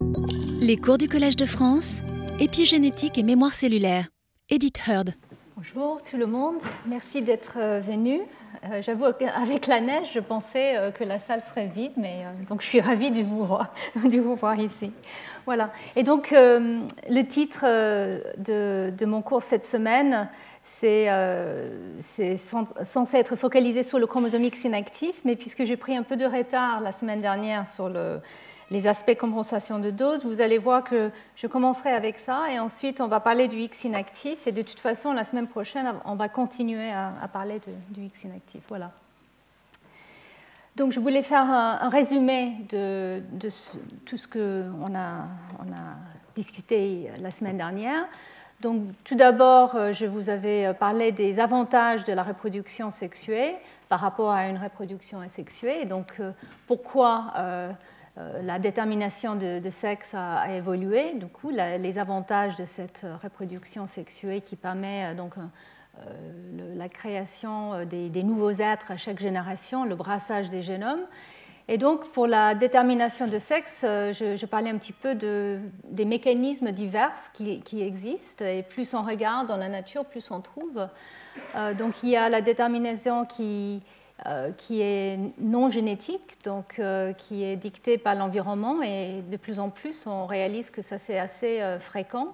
Les cours du Collège de France, épigénétique et mémoire cellulaire. Edith Heard. Bonjour tout le monde, merci d'être venu. J'avoue qu'avec la neige, je pensais que la salle serait vide, mais donc je suis ravie de vous voir ici. Voilà. Et donc le titre de mon cours cette semaine, c'est censé être focalisé sur le chromosome X inactif, mais puisque j'ai pris un peu de retard la semaine dernière sur les aspects compensation de dose, vous allez voir que je commencerai avec ça et ensuite on va parler du X inactif et de toute façon la semaine prochaine on va continuer à parler du X inactif. Voilà. Donc je voulais faire un résumé de tout ce qu'on a discuté la semaine dernière. Donc tout d'abord, je vous avais parlé des avantages de la reproduction sexuée par rapport à une reproduction asexuée. Donc pourquoi la détermination de sexe a évolué, du coup, les avantages de cette reproduction sexuée qui permet donc la création des nouveaux êtres à chaque génération, le brassage des génomes. Et donc, pour la détermination de sexe, je parlais un petit peu des mécanismes divers qui existent, et plus on regarde dans la nature, plus on trouve. Donc, il y a la détermination qui est non génétique, donc qui est dictée par l'environnement, et de plus en plus on réalise que ça c'est assez fréquent.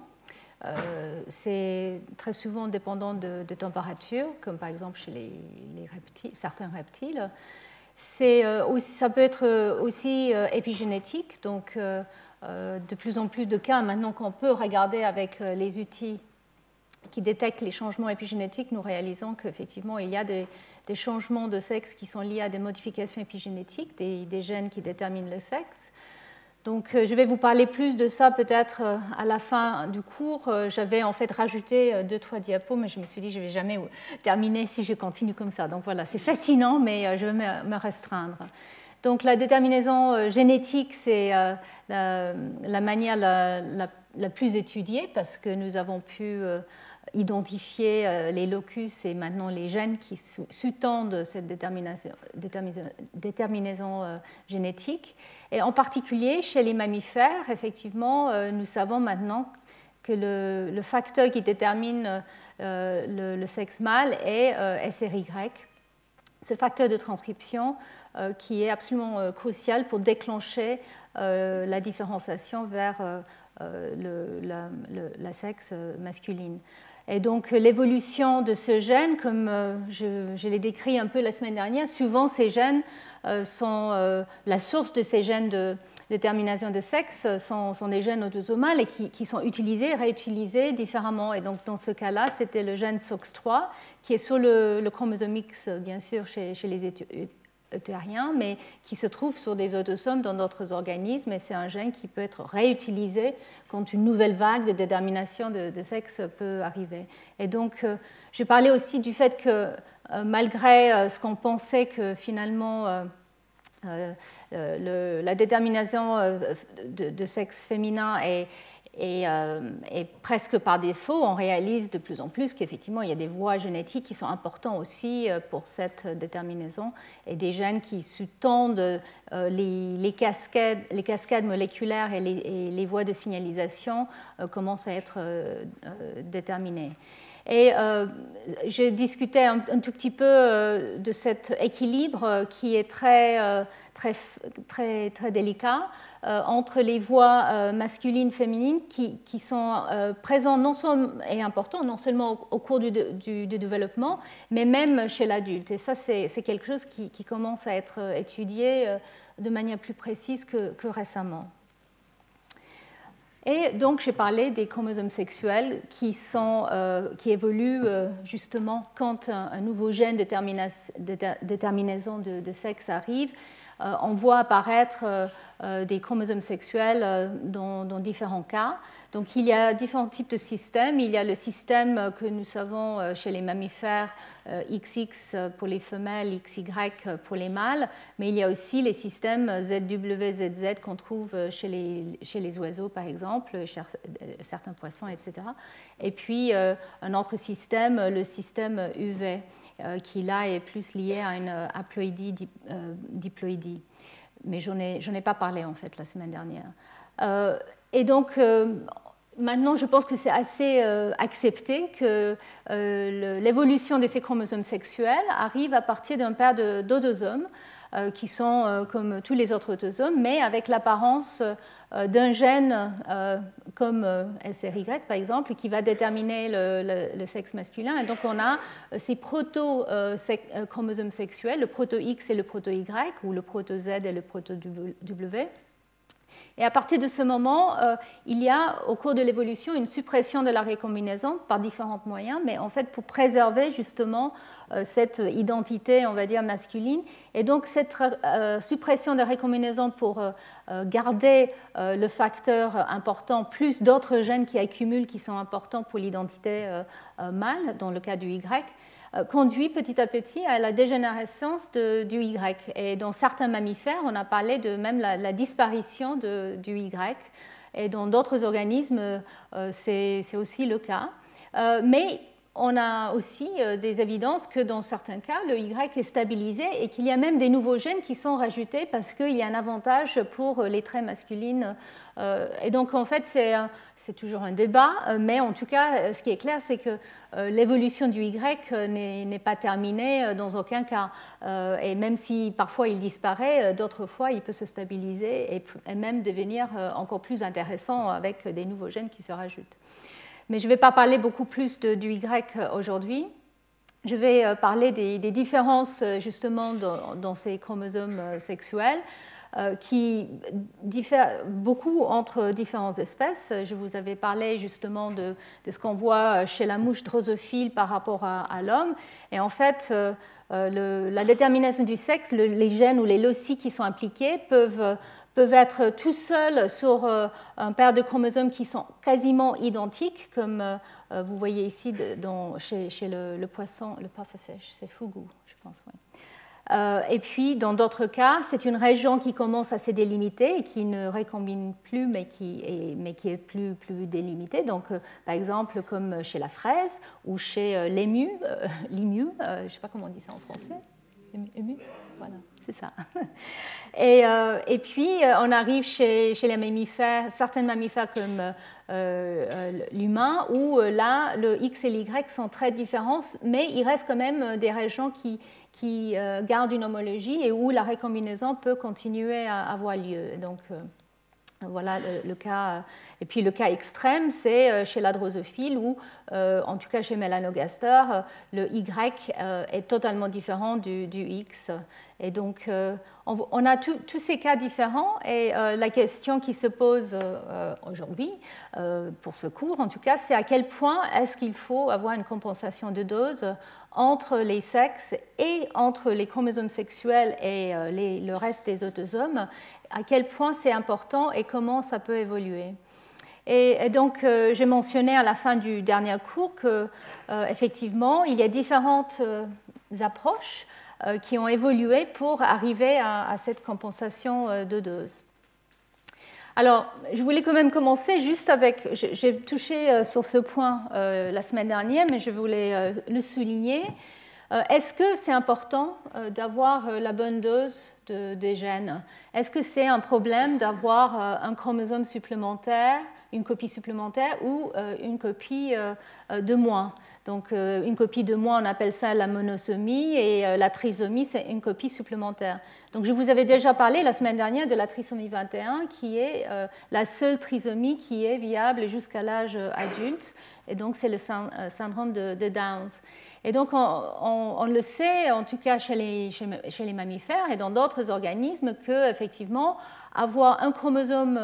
C'est très souvent dépendant de température, comme par exemple chez les reptiles, certains reptiles. Ça peut être aussi épigénétique, donc de plus en plus de cas maintenant qu'on peut regarder avec les outils qui détectent les changements épigénétiques, nous réalisons qu'effectivement il y a des changements de sexe qui sont liés à des modifications épigénétiques, des gènes qui déterminent le sexe. Donc je vais vous parler plus de ça peut-être à la fin du cours. J'avais en fait rajouté 2-3 diapos, mais je me suis dit que je ne vais jamais terminer si je continue comme ça. Donc voilà, c'est fascinant, mais je vais me restreindre. Donc la déterminaison génétique, c'est la manière la plus étudiée parce que nous avons pu identifier les locus et maintenant les gènes qui sous-tendent cette déterminaison génétique. Et en particulier, chez les mammifères, effectivement, nous savons maintenant que le facteur qui détermine le sexe mâle est SRY, ce facteur de transcription qui est absolument crucial pour déclencher la différenciation vers la sexe masculine. Et donc l'évolution de ce gène, comme je l'ai décrit un peu la semaine dernière, souvent ces gènes sont la source de ces gènes de détermination de sexe sont des gènes autosomales et qui sont utilisés, réutilisés différemment. Et donc dans ce cas-là, c'était le gène SOX3 qui est sur le chromosome X, bien sûr, chez les eutériens, mais qui se trouve sur des autosomes dans d'autres organismes, et c'est un gène qui peut être réutilisé quand une nouvelle vague de détermination de sexe peut arriver. Et donc, j'ai parlé aussi du fait que malgré ce qu'on pensait que finalement la détermination de sexe féminin est presque par défaut, on réalise de plus en plus qu'effectivement il y a des voies génétiques qui sont importantes aussi pour cette déterminaison et des gènes qui sous-tendent les cascades moléculaires et les voies de signalisation commencent à être déterminées. Et j'ai discuté un tout petit peu de cet équilibre qui est très délicat entre les voies masculines et féminines qui sont présentes et importantes non seulement au cours du développement, mais même chez l'adulte. Et ça, c'est quelque chose qui commence à être étudié de manière plus précise que récemment. Et donc, j'ai parlé des chromosomes sexuels qui évoluent justement quand un nouveau gène de déterminaison de sexe arrive. On voit apparaître des chromosomes sexuels dans différents cas. Donc, il y a différents types de systèmes. Il y a le système que nous savons chez les mammifères, XX pour les femelles, XY pour les mâles, mais il y a aussi les systèmes ZW, ZZ qu'on trouve chez les oiseaux, par exemple, chez certains poissons, etc. Et puis, un autre système, le système UV, qui là est plus lié à une haploïdie, diploïdie. Mais j'en ai pas parlé en fait la semaine dernière. Et donc, maintenant, je pense que c'est assez accepté que l'évolution de ces chromosomes sexuels arrive à partir d'un paire d'autosomes qui sont comme tous les autres autosomes, mais avec l'apparence d'un gène comme SRY, par exemple, qui va déterminer le sexe masculin. Et donc, on a ces proto-chromosomes sexuels, le proto-X et le proto-Y, ou le proto-Z et le proto-W. Et à partir de ce moment, il y a au cours de l'évolution une suppression de la récombinaison par différents moyens, mais en fait pour préserver justement cette identité, on va dire, masculine. Et donc cette suppression de la récombinaison pour garder le facteur important, plus d'autres gènes qui accumulent, qui sont importants pour l'identité mâle, dans le cas du Y, conduit petit à petit à la dégénérescence du Y. Et dans certains mammifères, on a parlé de même la disparition du Y. Et dans d'autres organismes, c'est aussi le cas. Mais on a aussi des évidences que dans certains cas, le Y est stabilisé et qu'il y a même des nouveaux gènes qui sont rajoutés parce qu'il y a un avantage pour les traits masculines. Et donc, en fait, c'est toujours un débat, mais en tout cas, ce qui est clair, c'est que l'évolution du Y n'est pas terminée dans aucun cas. Et même si parfois il disparaît, d'autres fois, il peut se stabiliser et même devenir encore plus intéressant avec des nouveaux gènes qui se rajoutent. Mais je ne vais pas parler beaucoup plus du Y aujourd'hui. Je vais parler des différences justement dans ces chromosomes sexuels qui diffèrent beaucoup entre différentes espèces. Je vous avais parlé justement de ce qu'on voit chez la mouche drosophile par rapport à l'homme. Et en fait, la détermination du sexe, les gènes ou les loci qui sont impliqués peuvent être tout seuls sur un paire de chromosomes qui sont quasiment identiques, comme vous voyez ici chez le poisson, le pufferfish, c'est fugu, je pense. Oui. Et puis, dans d'autres cas, c'est une région qui commence à se délimiter et qui ne récombine plus, mais qui est plus délimitée. Donc, par exemple, comme chez la fraise ou chez l'ému, je ne sais pas comment on dit ça en français. Ému, voilà, c'est ça. Et puis, on arrive chez les mammifères, certains mammifères comme l'humain, où là, le X et l'Y sont très différents, mais il reste quand même des régions qui gardent une homologie et où la récombinaison peut continuer à avoir lieu. Donc, voilà le cas. Et puis le cas extrême, c'est chez la drosophile où, en tout cas chez Melanogaster, le Y est totalement différent du X. Et donc, on a tous ces cas différents. Et la question qui se pose aujourd'hui, pour ce cours en tout cas, c'est à quel point est-ce qu'il faut avoir une compensation de dose entre les sexes et entre les chromosomes sexuels et le reste des autosomes, à quel point c'est important et comment ça peut évoluer. Et donc, j'ai mentionné à la fin du dernier cours qu'effectivement, il y a différentes approches qui ont évolué pour arriver à cette compensation de dose. Alors, je voulais quand même commencer juste avec, j'ai touché sur ce point la semaine dernière, mais je voulais le souligner. Est-ce que c'est important d'avoir la bonne dose des gènes? Est-ce que c'est un problème d'avoir un chromosome supplémentaire, une copie supplémentaire ou une copie de moins? Donc, une copie de moins, on appelle ça la monosomie, et la trisomie, c'est une copie supplémentaire. Donc, je vous avais déjà parlé la semaine dernière de la trisomie 21, qui est la seule trisomie qui est viable jusqu'à l'âge adulte, et donc c'est le syndrome de Downs. Et donc, on le sait, en tout cas chez les mammifères et dans d'autres organismes, qu'effectivement, avoir un chromosome,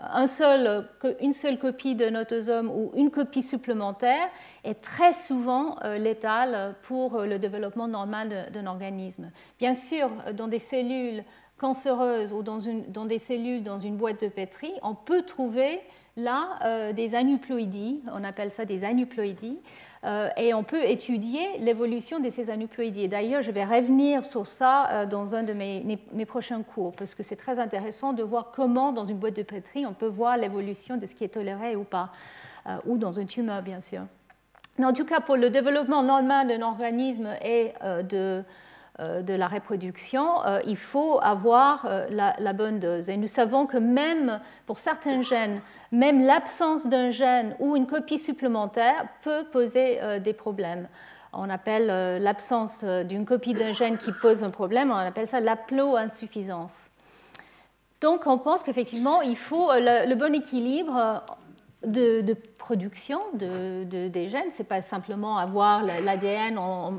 une seule copie d'un autosome ou une copie supplémentaire est très souvent létal pour le développement normal d'un organisme. Bien sûr, dans des cellules cancéreuses ou dans des cellules dans une boîte de Petri, on peut trouver là des aneuploïdies, on appelle ça des aneuploïdies, et on peut étudier l'évolution de ces aneuploïdies. D'ailleurs, je vais revenir sur ça dans un de mes prochains cours, parce que c'est très intéressant de voir comment, dans une boîte de Petri, on peut voir l'évolution de ce qui est toléré ou pas, ou dans une tumeur, bien sûr. Mais en tout cas, pour le développement normal d'un organisme et de la reproduction, il faut avoir la bonne dose. Et nous savons que même pour certains gènes, même l'absence d'un gène ou une copie supplémentaire peut poser des problèmes. On appelle l'absence d'une copie d'un gène qui pose un problème, on appelle ça l'haploinsuffisance. Donc on pense qu'effectivement, il faut le bon équilibre de production des gènes. Ce n'est pas simplement avoir l'ADN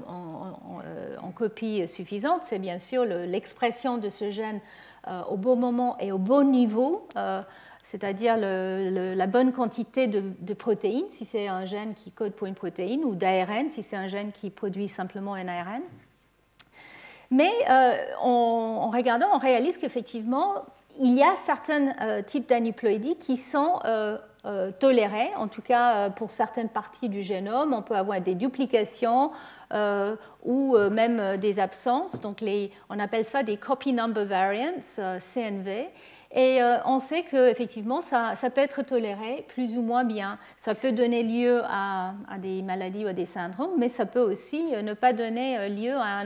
en copie suffisante, c'est bien sûr l'expression de ce gène au bon moment et au bon niveau, c'est-à-dire la bonne quantité de protéines, si c'est un gène qui code pour une protéine, ou d'ARN, si c'est un gène qui produit simplement un ARN. Mais en regardant, on réalise qu'effectivement, il y a certains types d'aneuploïdies qui sont tolérés, en tout cas pour certaines parties du génome. On peut avoir des duplications ou même des absences. Donc on appelle ça des copy number variants, CNV. Et on sait qu'effectivement, ça peut être toléré plus ou moins bien. Ça peut donner lieu à des maladies ou à des syndromes, mais ça peut aussi ne pas donner lieu à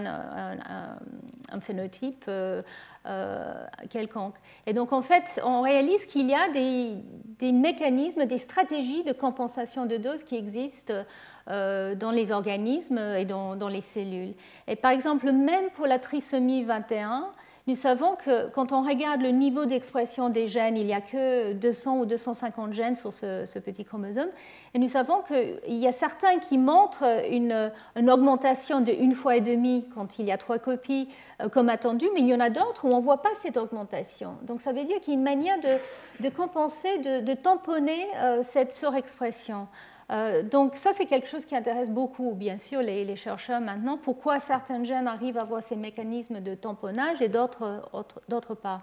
un phénotype quelconque. Et donc, en fait, on réalise qu'il y a des mécanismes, des stratégies de compensation de dose qui existent dans les organismes et dans les cellules. Et par exemple, même pour la trisomie 21, nous savons que quand on regarde le niveau d'expression des gènes, il n'y a que 200 ou 250 gènes sur ce petit chromosome. Et nous savons qu'il y a certains qui montrent une augmentation de 1,5 fois quand il y a 3 copies, comme attendu, mais il y en a d'autres où on ne voit pas cette augmentation. Donc ça veut dire qu'il y a une manière de compenser, de tamponner cette surexpression. Donc ça, c'est quelque chose qui intéresse beaucoup, bien sûr, les chercheurs maintenant. Pourquoi certains gènes arrivent à avoir ces mécanismes de tamponnage et d'autres pas.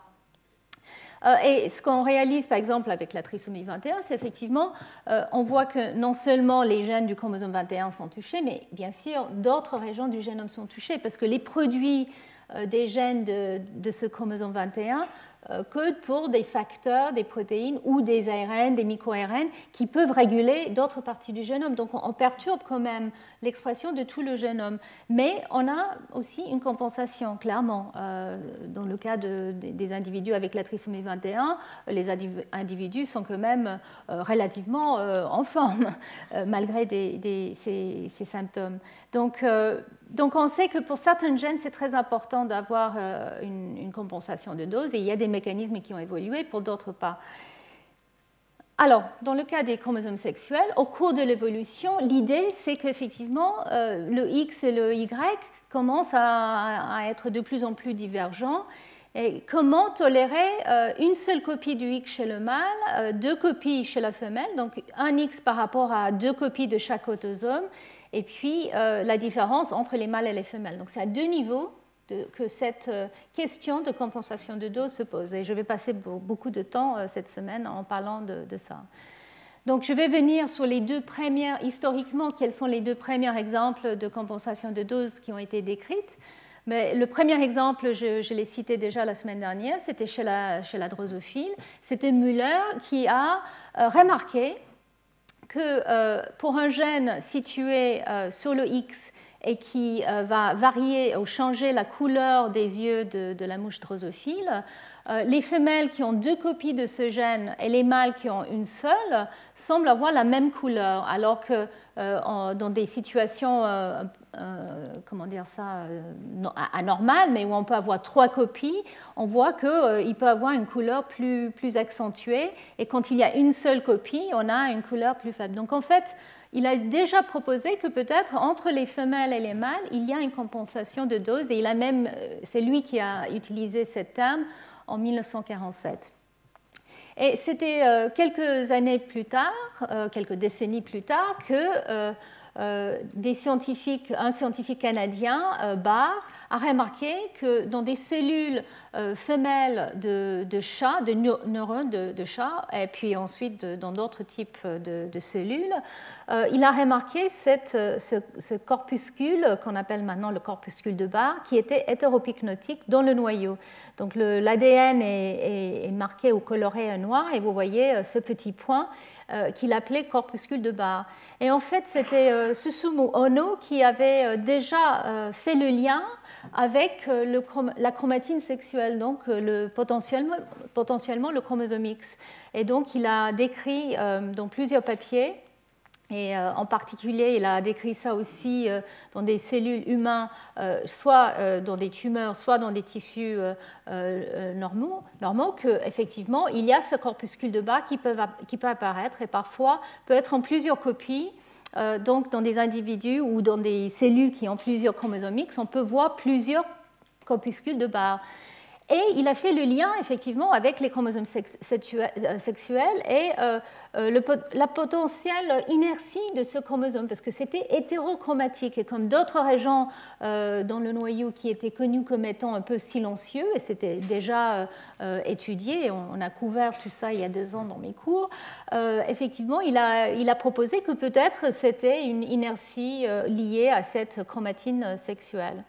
Et ce qu'on réalise, par exemple, avec la trisomie 21, c'est effectivement, on voit que non seulement les gènes du chromosome 21 sont touchés, mais bien sûr, d'autres régions du génome sont touchées, parce que les produits des gènes de ce chromosome 21 codent pour des facteurs, des protéines ou des ARN, des micro-ARN qui peuvent réguler d'autres parties du génome. Donc on perturbe quand même l'expression de tout le génome. Mais on a aussi une compensation, clairement. Dans le cas des individus avec la trisomie 21, les individus sont quand même relativement en forme, malgré ces symptômes. Donc on sait que pour certains gènes, c'est très important d'avoir une compensation de dose, et il y a des mécanismes qui ont évolué, pour d'autres pas. Alors, dans le cas des chromosomes sexuels, au cours de l'évolution, l'idée, c'est qu'effectivement, le X et le Y commencent à être de plus en plus divergents. Et comment tolérer une seule copie du X chez le mâle, 2 copies chez la femelle, donc un X par rapport à 2 copies de chaque autosome, et puis la différence entre les mâles et les femelles. Donc c'est à 2 niveaux que cette question de compensation de dose se pose. Et je vais passer beaucoup de temps cette semaine en parlant de ça. Donc je vais venir sur les 2 premières, historiquement, quels sont les 2 premiers exemples de compensation de dose qui ont été décrites. Mais le premier exemple, je l'ai cité déjà la semaine dernière, c'était chez la drosophile. C'était Müller qui a remarqué que pour un gène situé sur le X et qui va varier ou changer la couleur des yeux de la mouche drosophile, les femelles qui ont 2 copies de ce gène et les mâles qui ont une seule semblent avoir la même couleur, alors que dans des situations anormales, mais où on peut avoir 3 copies, on voit qu'il peut avoir une couleur plus accentuée, et quand il y a une seule copie, on a une couleur plus faible. Donc en fait, il a déjà proposé que peut-être entre les femelles et les mâles, il y a une compensation de dose, et c'est lui qui a utilisé ce terme en 1947. Et c'était quelques années plus tard, quelques décennies plus tard, que un scientifique canadien, Barr, a remarqué que dans des cellules femelles de chats, de neurones de chats, et puis ensuite dans d'autres types de cellules, il a remarqué ce corpuscule qu'on appelle maintenant le corpuscule de Barr, qui était hétéropyknotique dans le noyau. Donc l'ADN est marqué ou coloré en noir, et vous voyez ce petit point qu'il appelait corpuscule de Barr. Et en fait, c'était Susumu Ono qui avait déjà fait le lien avec la chromatine sexuelle, donc potentiellement le chromosome X. Et donc il a décrit dans plusieurs papiers, et en particulier il a décrit ça aussi dans des cellules humaines, soit dans des tumeurs, soit dans des tissus normaux, qu'effectivement il y a ce corpuscule de Barr qui peut apparaître et parfois peut être en plusieurs copies. Donc dans des individus ou dans des cellules qui ont plusieurs chromosomes X, on peut voir plusieurs corpuscules de Barr. Et il a fait le lien effectivement avec les chromosomes sexuels et la potentielle inertie de ce chromosome, parce que c'était hétérochromatique. Et comme d'autres régions dans le noyau qui étaient connues comme étant un peu silencieux, et c'était déjà étudié, on a couvert tout ça il y a 2 ans dans mes cours, effectivement, il a proposé que peut-être c'était une inertie liée à cette chromatine sexuelle.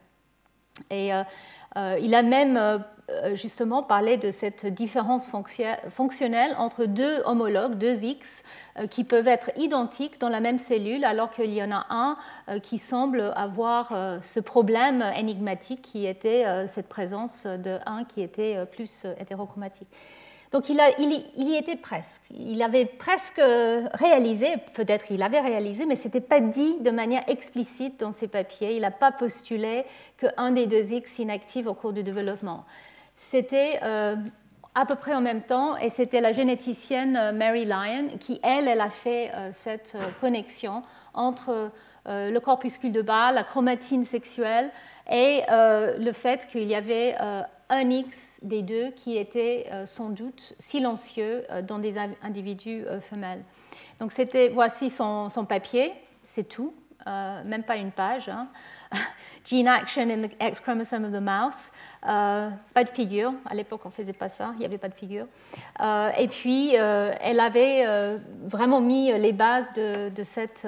Et il a même justement parlé de cette différence fonctionnelle entre 2 homologues, 2 X, qui peuvent être identiques dans la même cellule, alors qu'il y en a un qui semble avoir ce problème énigmatique qui était cette présence de un qui était plus hétérochromatique. Donc il y était presque. Il avait presque réalisé, peut-être il avait réalisé, mais ce n'était pas dit de manière explicite dans ses papiers. Il n'a pas postulé qu'un des 2 X s'inactive au cours du développement. C'était à peu près en même temps, et c'était la généticienne Mary Lyon qui, elle a fait cette connexion entre le corpuscule de Barr, la chromatine sexuelle, et le fait qu'il y avait un X des 2 qui était sans doute silencieux dans des individus femelles. Donc voici son papier, c'est tout, même pas une page. Hein. Gene action in the X chromosome of the mouse. Pas de figure, à l'époque on ne faisait pas ça, il n'y avait pas de figure. Et puis elle avait vraiment mis les bases de cette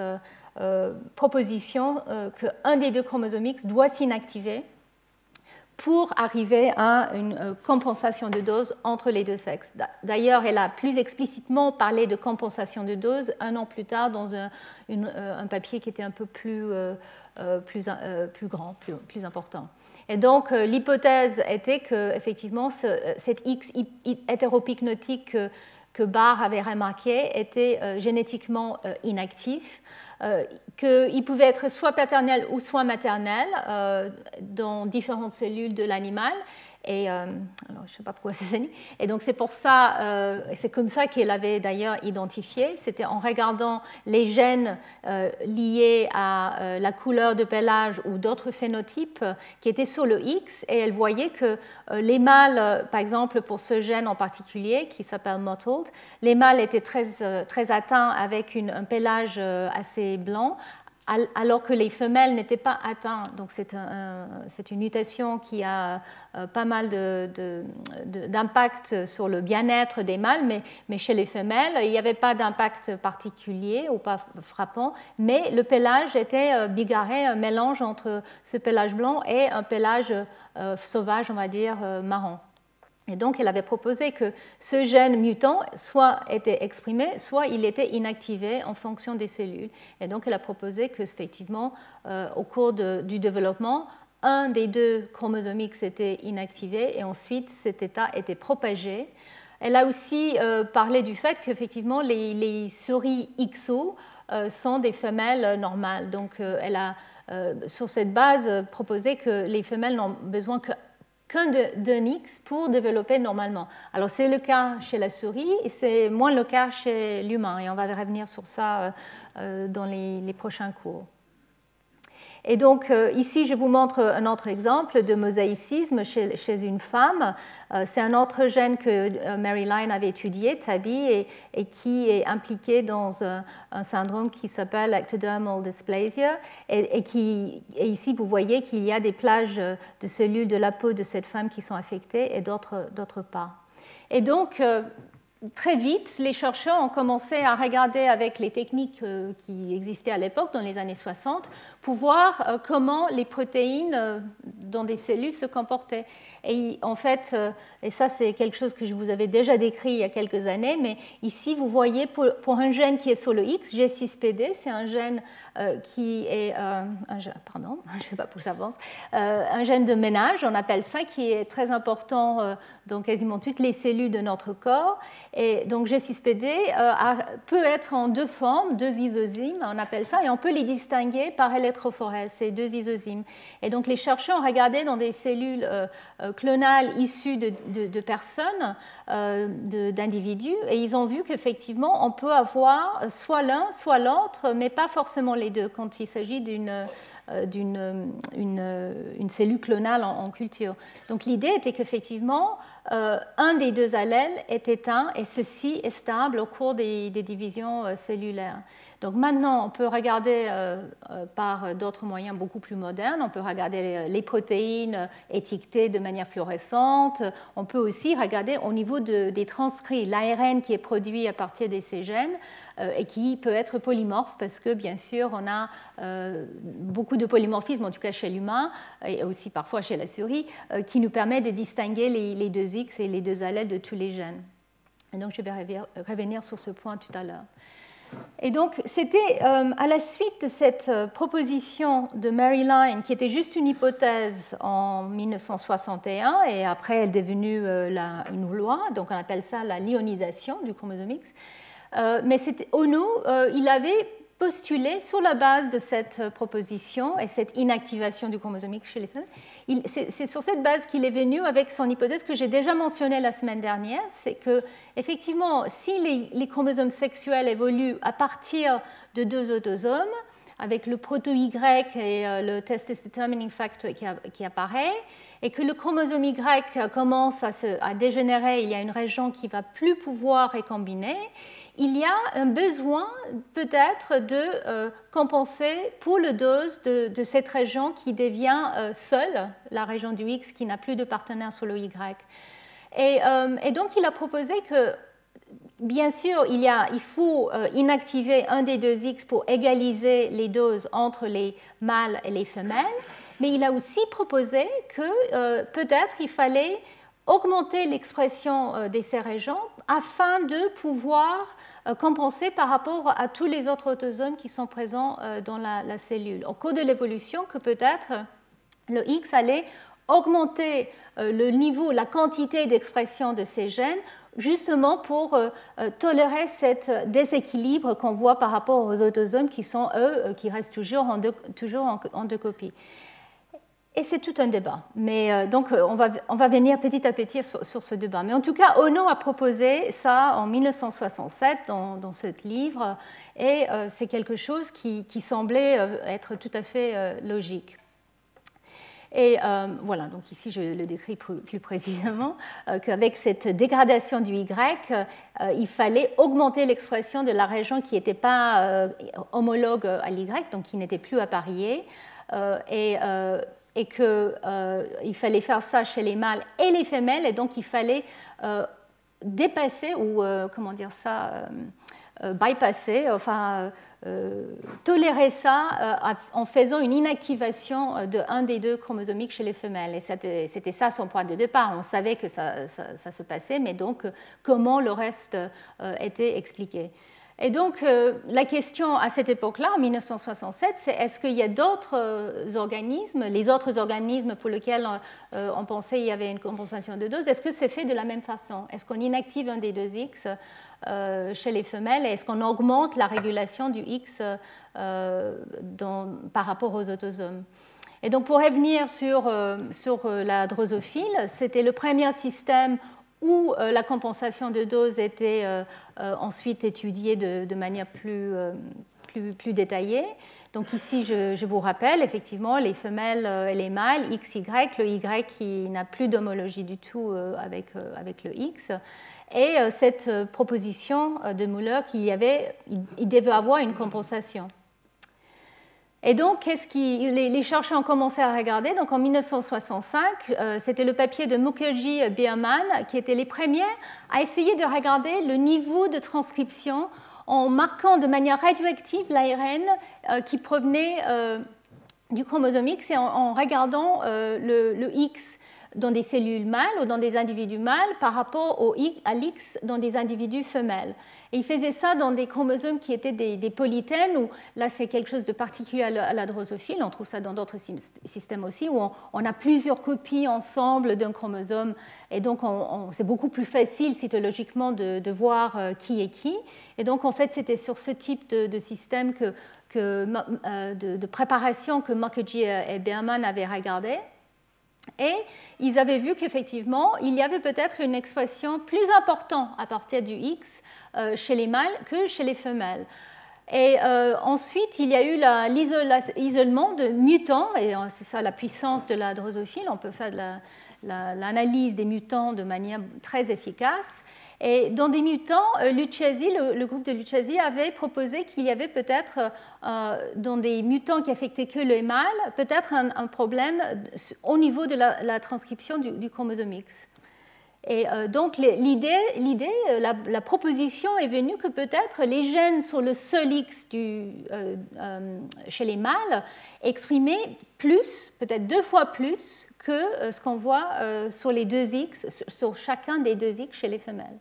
proposition qu'un des 2 chromosomes X doit s'inactiver pour arriver à une compensation de dose entre les 2 sexes. D'ailleurs, elle a plus explicitement parlé de compensation de dose 1 an plus tard dans un papier qui était un peu plus grand, plus important. Et donc, l'hypothèse était qu'effectivement, cet X hétéropyknotique que Barr avait remarqué était génétiquement inactif, qu'il pouvait être soit paternel ou soit maternel dans différentes cellules de l'animal. Et alors, je ne sais pas pourquoi c'est ça. Et donc c'est pour ça, c'est comme ça qu'elle avait d'ailleurs identifié. C'était en regardant les gènes liés à la couleur de pelage ou d'autres phénotypes qui étaient sur le X, et elle voyait que les mâles, par exemple pour ce gène en particulier qui s'appelle mottled, les mâles étaient très atteints avec un pelage assez blanc, alors que les femelles n'étaient pas atteintes. Donc c'est une mutation qui a pas mal d'impact sur le bien-être des mâles, mais chez les femelles, il n'y avait pas d'impact particulier ou pas frappant, mais le pelage était bigarré, un mélange entre ce pelage blanc et un pelage sauvage, on va dire, marron. Et donc, elle avait proposé que ce gène mutant soit était exprimé, soit il était inactivé en fonction des cellules. Et donc, elle a proposé que, effectivement, au cours du développement, un des 2 chromosomes X était inactivé et ensuite cet état était propagé. Elle a aussi parlé du fait qu'effectivement, les souris XO sont des femelles normales. Donc, elle a, sur cette base, proposé que les femelles n'ont besoin qu'un d'un X pour développer normalement. Alors c'est le cas chez la souris et c'est moins le cas chez l'humain, et on va revenir sur ça dans les prochains cours. Et donc ici je vous montre un autre exemple de mosaïcisme chez une femme. C'est un autre gène que Mary Lyon avait étudié, TABI, et qui est impliqué dans un syndrome qui s'appelle ectodermal dysplasia. Et ici vous voyez qu'il y a des plages de cellules de la peau de cette femme qui sont affectées et d'autres pas. Et donc très vite, les chercheurs ont commencé à regarder avec les techniques qui existaient à l'époque, dans les années 60, pour voir comment les protéines dans des cellules se comportaient. Et en fait, et ça c'est quelque chose que je vous avais déjà décrit il y a quelques années, mais ici vous voyez pour un gène qui est sur le X, G6PD, c'est un gène qui est un gène de ménage, on appelle ça, qui est très important dans quasiment toutes les cellules de notre corps. Et donc G6PD peut être en deux formes, deux isozymes, on appelle ça, et on peut les distinguer par électrophorèse, ces deux isozymes. Et donc les chercheurs ont regardé dans des cellules clonales issues de personnes, d'individus, et ils ont vu qu'effectivement on peut avoir soit l'un, soit l'autre, mais pas forcément les deux quand il s'agit d'une cellule clonale en culture. Donc l'idée était qu'effectivement, un des deux allèles est éteint et ceci est stable au cours des divisions cellulaires. Donc maintenant, on peut regarder par d'autres moyens beaucoup plus modernes. On peut regarder les protéines étiquetées de manière fluorescente. On peut aussi regarder au niveau des transcrits, l'ARN qui est produit à partir de ces gènes et qui peut être polymorphe parce que, bien sûr, on a beaucoup de polymorphisme, en tout cas chez l'humain et aussi parfois chez la souris, qui nous permet de distinguer les deux X et les deux allèles de tous les gènes. Et donc, je vais revenir sur ce point tout à l'heure. Et donc, c'était à la suite de cette proposition de Mary Line, qui était juste une hypothèse en 1961, et après elle est devenue une loi, donc on appelle ça la lyonisation du chromosome X. Mais Ono, il avait postulé sur la base de cette proposition et cette inactivation du chromosome X chez les femmes. C'est sur cette base qu'il est venu avec son hypothèse que j'ai déjà mentionnée la semaine dernière, c'est que effectivement, si les chromosomes sexuels évoluent à partir de deux autosomes, avec le proto-Y et le testis determining factor qui apparaît, et que le chromosome Y commence à dégénérer, il y a une région qui ne va plus pouvoir récombiner, il y a un besoin peut-être de compenser pour le dose de cette région qui devient seule, la région du X qui n'a plus de partenaire sur le Y. Et donc il a proposé que, bien sûr, il faut inactiver un des deux X pour égaliser les doses entre les mâles et les femelles, mais il a aussi proposé que peut-être il fallait augmenter l'expression de ces régions afin de pouvoir compenser par rapport à tous les autres autosomes qui sont présents dans la cellule. Au cours de l'évolution, que peut-être le X allait augmenter le niveau, la quantité d'expression de ces gènes, justement pour tolérer cet déséquilibre qu'on voit par rapport aux autosomes qui sont, eux, qui restent toujours en deux copies. Et c'est tout un débat. Mais donc, on va venir petit à petit sur ce débat. Mais en tout cas, Ono a proposé ça en 1967 dans ce livre, et c'est quelque chose qui semblait être tout à fait logique. Et voilà, donc ici je le décris plus précisément, qu'avec cette dégradation du Y, il fallait augmenter l'expression de la région qui n'était pas homologue à l'Y, donc qui n'était plus appariée, et qu'il fallait faire ça chez les mâles et les femelles, et donc il fallait dépasser, ou comment dire ça, bypasser, enfin tolérer ça en faisant une inactivation de un des deux chromosomiques chez les femelles. Et c'était ça son point de départ. On savait que ça se passait, mais donc comment le reste était expliqué. Et donc, la question à cette époque-là, en 1967, c'est est-ce qu'il y a d'autres organismes, les autres organismes pour lesquels on pensait qu'il y avait une compensation de dose, est-ce que c'est fait de la même façon? Est-ce qu'on inactive un des deux X chez les femelles et est-ce qu'on augmente la régulation du X par rapport aux autosomes? Et donc, pour revenir sur la drosophile, c'était le premier système où la compensation de dose était ensuite étudiée de manière plus détaillée. Donc ici, je vous rappelle, effectivement, les femelles et les mâles, XY, le Y qui n'a plus d'homologie du tout avec le X. Et cette proposition de Müller qu'il devait avoir une compensation. Et donc, les chercheurs ont commencé à regarder. Donc, en 1965, c'était le papier de Mukherjee et Bierman qui étaient les premiers à essayer de regarder le niveau de transcription en marquant de manière radioactive l'ARN qui provenait du chromosome X, c'est en regardant le X dans des cellules mâles ou dans des individus mâles par rapport à l'X dans des individus femelles. Et il faisait ça dans des chromosomes qui étaient des polytènes, où là c'est quelque chose de particulier à la drosophile, on trouve ça dans d'autres systèmes aussi, où on a plusieurs copies ensemble d'un chromosome, et donc c'est beaucoup plus facile cytologiquement de voir qui est qui. Et donc en fait c'était sur ce type de système de préparation que Mukherjee et Berman avaient regardé. Et ils avaient vu qu'effectivement, il y avait peut-être une expression plus importante à partir du X chez les mâles que chez les femelles. Et ensuite, il y a eu l'isolement de mutants, et c'est ça la puissance de la drosophile, on peut faire l'analyse des mutants de manière très efficace. Et dans des mutants, Lucchesi, le groupe de Lucchesi avait proposé qu'il y avait peut-être, dans des mutants qui affectaient que les mâles, peut-être un problème au niveau de la transcription du chromosome X. Et donc la proposition est venue que peut-être les gènes sur le seul X chez les mâles exprimaient plus, peut-être 2 fois plus que ce qu'on voit sur les 2 X, sur chacun des 2 X chez les femelles.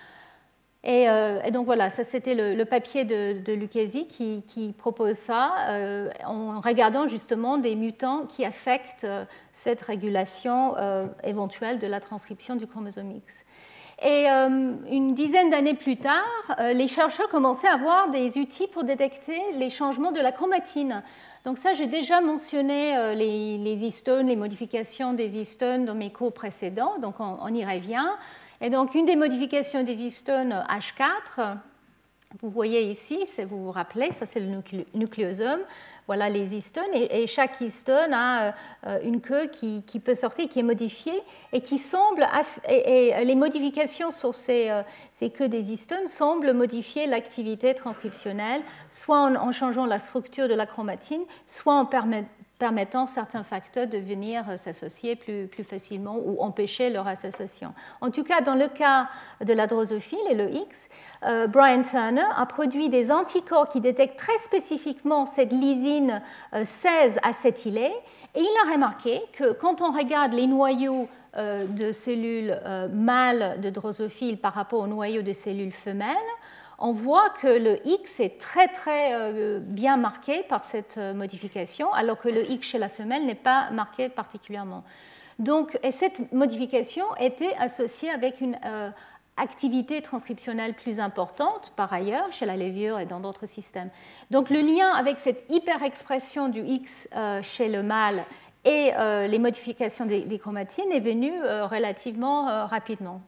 Et donc voilà, ça c'était le papier de Lucchesi qui propose ça en regardant justement des mutants qui affectent cette régulation éventuelle de la transcription du chromosome X. Et une dizaine d'années plus tard, les chercheurs commençaient à avoir des outils pour détecter les changements de la chromatine. Donc ça, j'ai déjà mentionné les histones, les modifications des histones dans mes cours précédents, donc on y revient. Et donc, une des modifications des histones H4, vous voyez ici, vous vous rappelez, ça c'est le nucléosome, voilà les histones, et chaque histone a une queue qui peut sortir, qui est modifiée, et qui semble, et les modifications sur ces queues des histones semblent modifier l'activité transcriptionnelle, soit en changeant la structure de la chromatine, soit en permettant certains facteurs de venir s'associer plus facilement ou empêcher leur association. En tout cas, dans le cas de la drosophile et le X, Brian Turner a produit des anticorps qui détectent très spécifiquement cette lysine 16-acétylée, et il a remarqué que quand on regarde les noyaux de cellules mâles de drosophile par rapport aux noyaux de cellules femelles, on voit que le X est très très bien marqué par cette modification, alors que le X chez la femelle n'est pas marqué particulièrement. Donc, et cette modification était associée avec une activité transcriptionnelle plus importante, par ailleurs, chez la levure et dans d'autres systèmes. Donc, le lien avec cette hyperexpression du X chez le mâle et les modifications des chromatines est venu relativement rapidement.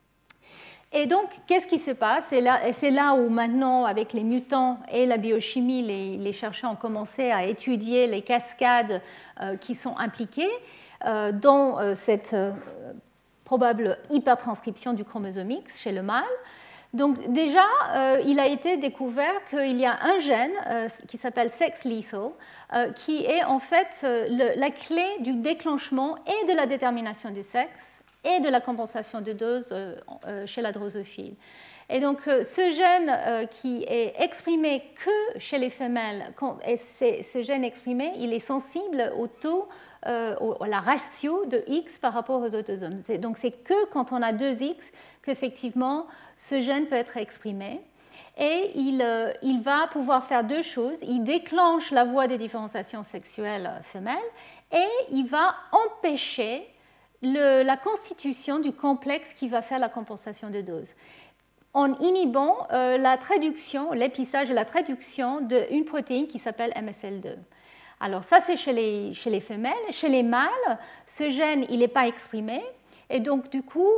Et donc, qu'est-ce qui se passe? Et c'est là où maintenant, avec les mutants et la biochimie, les chercheurs ont commencé à étudier les cascades qui sont impliquées dans cette probable hypertranscription du chromosome X chez le mâle. Donc déjà, il a été découvert qu'il y a un gène qui s'appelle sex lethal, qui est en fait la clé du déclenchement et de la détermination du sexe et de la compensation de dose chez la drosophile. Et donc, ce gène qui est exprimé que chez les femelles, ce gène exprimé, il est sensible au taux, à la ratio de X par rapport aux autosomes. Donc, c'est que quand on a 2X qu'effectivement, ce gène peut être exprimé. Et il va pouvoir faire 2 choses. Il déclenche la voie de différenciation sexuelle femelle et il va empêcher la constitution du complexe qui va faire la compensation de dose, en inhibant la traduction, l'épissage et la traduction d'une protéine qui s'appelle MSL2. Alors ça, c'est chez les femelles. Chez les mâles, ce gène, il n'est pas exprimé, et donc du coup,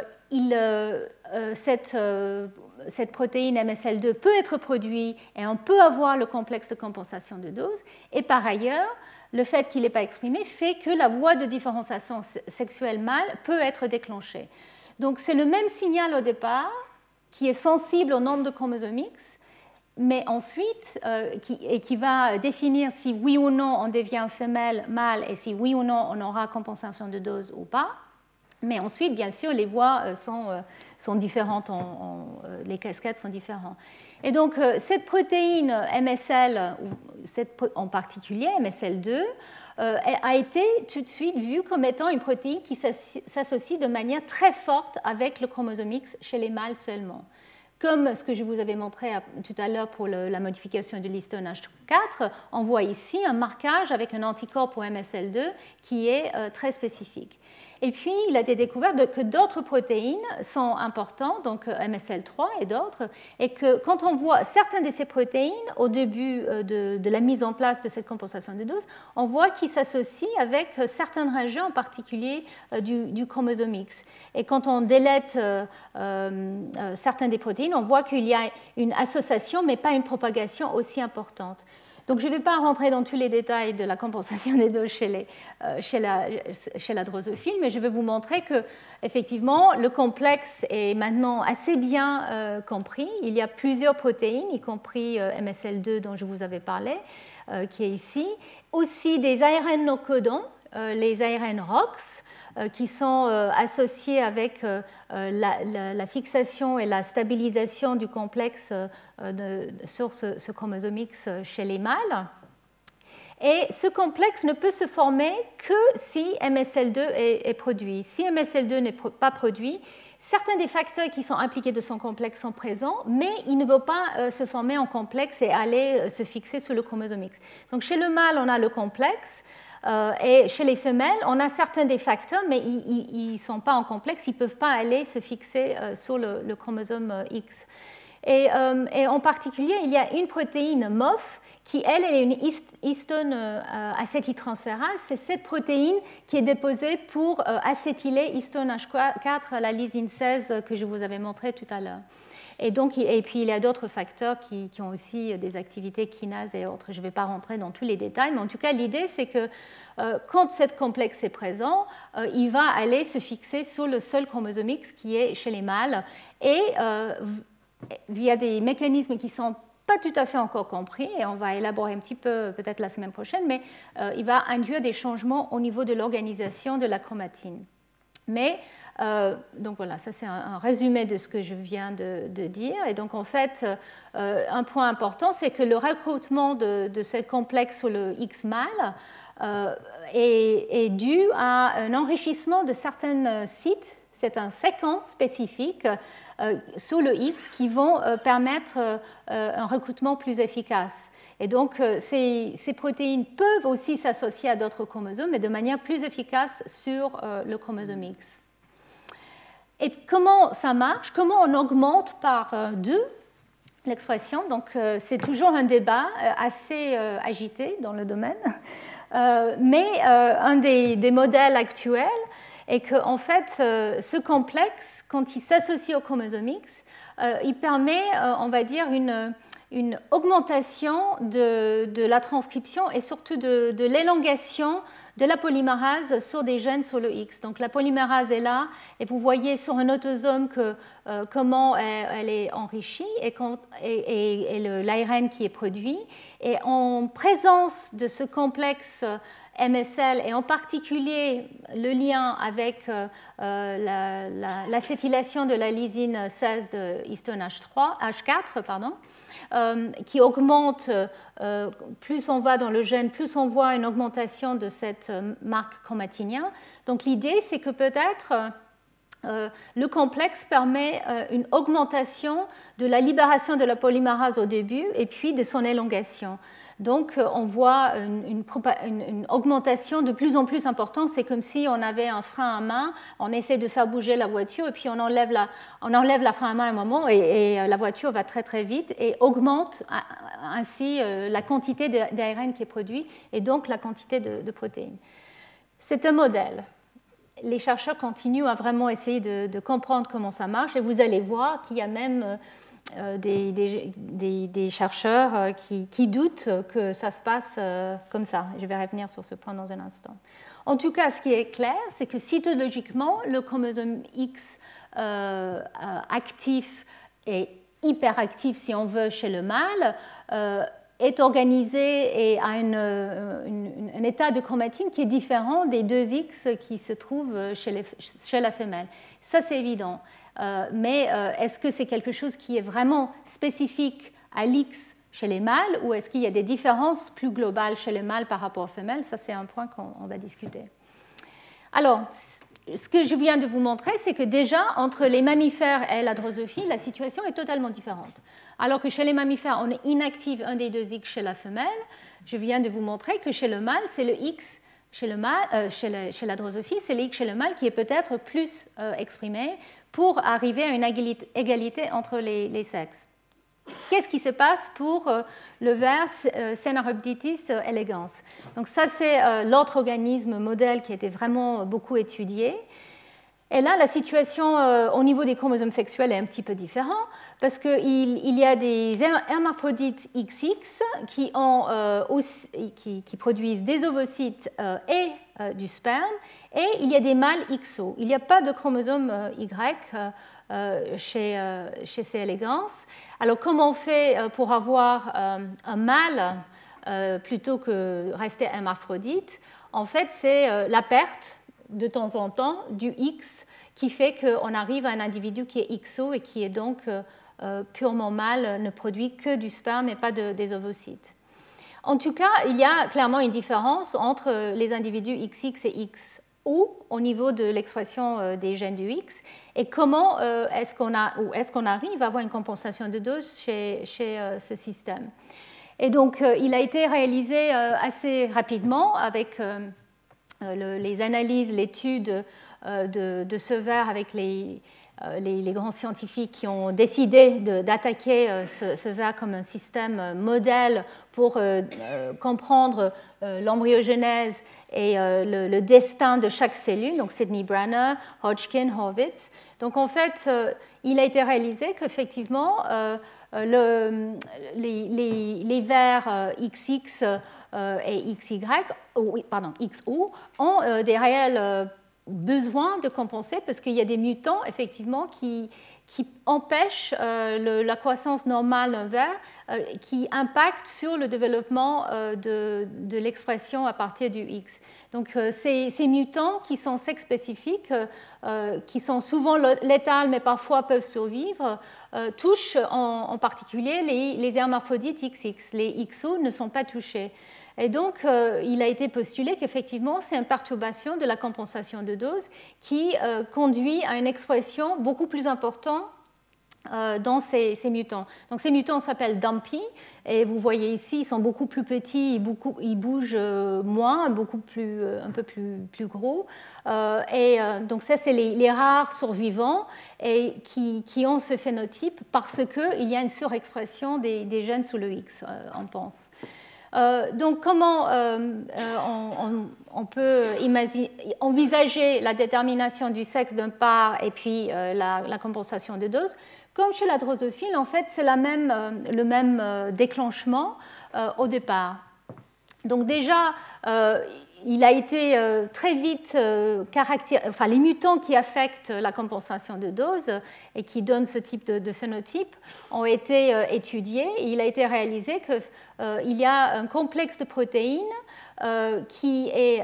cette protéine MSL2 peut être produite et on peut avoir le complexe de compensation de dose, et par ailleurs, le fait qu'il n'est pas exprimé fait que la voie de différenciation sexuelle mâle peut être déclenchée. Donc c'est le même signal au départ qui est sensible au nombre de chromosomes X, mais ensuite qui va définir si oui ou non on devient femelle, mâle, et si oui ou non on aura compensation de dose ou pas. Mais ensuite, bien sûr, les voies sont différentes, les cascades sont différentes. Et donc, cette protéine MSL, en particulier MSL2, a été tout de suite vue comme étant une protéine qui s'associe de manière très forte avec le chromosome X chez les mâles seulement. Comme ce que je vous avais montré tout à l'heure pour la modification de l'histone H4, on voit ici un marquage avec un anticorps pour MSL2 qui est très spécifique. Et puis, il a été découvert que d'autres protéines sont importantes, donc MSL3 et d'autres, et que quand on voit certaines de ces protéines au début de la mise en place de cette compensation de dose, on voit qu'ils s'associent avec certaines régions, en particulier du chromosome X. Et quand on délète certaines des protéines, on voit qu'il y a une association, mais pas une propagation aussi importante. Donc, je ne vais pas rentrer dans tous les détails de la compensation des doses chez la drosophile, mais je vais vous montrer que, effectivement, le complexe est maintenant assez bien compris. Il y a plusieurs protéines, y compris MSL2 dont je vous avais parlé, qui est ici. Aussi des ARN no-codants, les ARN ROX, qui sont associés avec la fixation et la stabilisation du complexe sur ce chromosome X chez les mâles. Et ce complexe ne peut se former que si MSL2 est produit. Si MSL2 n'est pas produit, certains des facteurs qui sont impliqués de son complexe sont présents, mais il ne veut pas se former en complexe et aller se fixer sur le chromosome X. Donc chez le mâle, on a le complexe. Et chez les femelles, on a certains des facteurs, mais ils ne sont pas en complexe, ils ne peuvent pas aller se fixer sur le chromosome X. Et en particulier, il y a une protéine MOF qui, elle, est une histone acétyltransférase. C'est cette protéine qui est déposée pour acétyler histone H4, la lysine 16 que je vous avais montré tout à l'heure. Et puis, il y a d'autres facteurs qui ont aussi des activités kinase et autres. Je ne vais pas rentrer dans tous les détails, mais en tout cas, l'idée, c'est que quand ce complexe est présent, il va aller se fixer sur le seul chromosome X qui est chez les mâles. Et via des mécanismes qui ne sont pas tout à fait encore compris, et on va élaborer un petit peu peut-être la semaine prochaine, mais il va induire des changements au niveau de l'organisation de la chromatine. Mais donc voilà, ça c'est un résumé de ce que je viens de dire. Et donc en fait, un point important, c'est que le recrutement de ce complexe sur le X mâle est dû à un enrichissement de certains sites, c'est une séquence spécifique sur le X qui vont permettre un recrutement plus efficace. Et donc, ces protéines peuvent aussi s'associer à d'autres chromosomes, mais de manière plus efficace sur le chromosome X. Et comment ça marche? Comment on augmente par 2 l'expression? Donc, c'est toujours un débat assez agité dans le domaine. Mais un des modèles actuels est qu'en fait, ce complexe, quand il s'associe au chromosome X, il permet, on va dire, une augmentation de la transcription et surtout de l'élongation de la polymérase sur des gènes sur le X. Donc la polymérase est là et vous voyez sur un autosome comment elle est enrichie et l'ARN qui est produit. Et en présence de ce complexe MSL et en particulier le lien avec l'acétylation de la lysine 16 de histone H4, qui augmente, plus on va dans le gène, plus on voit une augmentation de cette marque chromatinien. Donc l'idée, c'est que peut-être le complexe permet une augmentation de la libération de la polymérase au début et puis de son élongation. Donc, on voit une augmentation de plus en plus importante. C'est comme si on avait un frein à main, on essaie de faire bouger la voiture et puis on enlève la frein à main à un moment et la voiture va très très vite et augmente ainsi la quantité d'ARN qui est produit et donc la quantité de protéines. C'est un modèle. Les chercheurs continuent à vraiment essayer de comprendre comment ça marche et vous allez voir qu'il y a même des chercheurs qui doutent que ça se passe comme ça. Je vais revenir sur ce point dans un instant. En tout cas, ce qui est clair, c'est que cytologiquement, le chromosome X actif et hyperactif, si on veut, chez le mâle, est organisé et a un état de chromatine qui est différent des 2X qui se trouvent chez la femelle. Ça, c'est évident. Mais est-ce que c'est quelque chose qui est vraiment spécifique à l'X chez les mâles ou est-ce qu'il y a des différences plus globales chez les mâles par rapport aux femelles? Ça, c'est un point qu'on va discuter. Alors, ce que je viens de vous montrer, c'est que déjà, entre les mammifères et la drosophile, la situation est totalement différente. Alors que chez les mammifères, on inactive un des 2X chez la femelle, je viens de vous montrer que chez le mâle, c'est le X chez la drosophile, c'est le X chez le mâle qui est peut-être plus exprimé pour arriver à une égalité entre les sexes. Qu'est-ce qui se passe pour le ver Caenorhabditis elegans? Donc ça, c'est l'autre organisme modèle qui a été vraiment beaucoup étudié. Et là, la situation au niveau des chromosomes sexuels est un petit peu différente parce qu'il y a des hermaphrodites XX qui produisent des ovocytes et du sperme, et il y a des mâles XO. Il n'y a pas de chromosome Y chez C. elegans. Alors, comment on fait pour avoir un mâle plutôt que rester hermaphrodite? En fait, c'est la perte de temps en temps du X qui fait qu'on arrive à un individu qui est XO et qui est donc purement mâle, ne produit que du sperme et pas des ovocytes. En tout cas, il y a clairement une différence entre les individus XX et XO au niveau de l'expression des gènes du X et comment est-ce qu'on arrive à avoir une compensation de dose chez ce système. Et donc, il a été réalisé assez rapidement avec les analyses, l'étude de ce ver avec les grands scientifiques qui ont décidé d'attaquer ce ver comme un système modèle pour comprendre l'embryogenèse et le destin de chaque cellule, donc Sidney Brenner, Hodgkin, Horvitz. Donc en fait, il a été réalisé qu'effectivement, les vers XX et XY, XO, ont des réels besoin de compenser parce qu'il y a des mutants effectivement qui empêchent la croissance normale d'un ver, qui impactent sur le développement de l'expression à partir du X. Donc ces mutants qui sont sex-spécifiques, qui sont souvent létales mais parfois peuvent survivre, touchent en particulier les hermaphrodites XX. Les XO ne sont pas touchés. Et donc, il a été postulé qu'effectivement, c'est une perturbation de la compensation de dose qui conduit à une expression beaucoup plus importante dans ces mutants. Donc, ces mutants s'appellent dumpy, et vous voyez ici, ils sont beaucoup plus petits, ils bougent moins, un peu plus gros. Donc, ça, c'est les rares survivants et qui ont ce phénotype parce qu'il y a une surexpression des gènes sous le X, on pense. Donc, comment on peut envisager la détermination du sexe d'un part et puis la compensation de dose? Comme chez la drosophile, en fait, c'est le même déclenchement au départ. Donc déjà, il a été très vite les mutants qui affectent la compensation de dose et qui donnent ce type de phénotype ont été étudiés. Et il a été réalisé qu'il y a un complexe de protéines qui est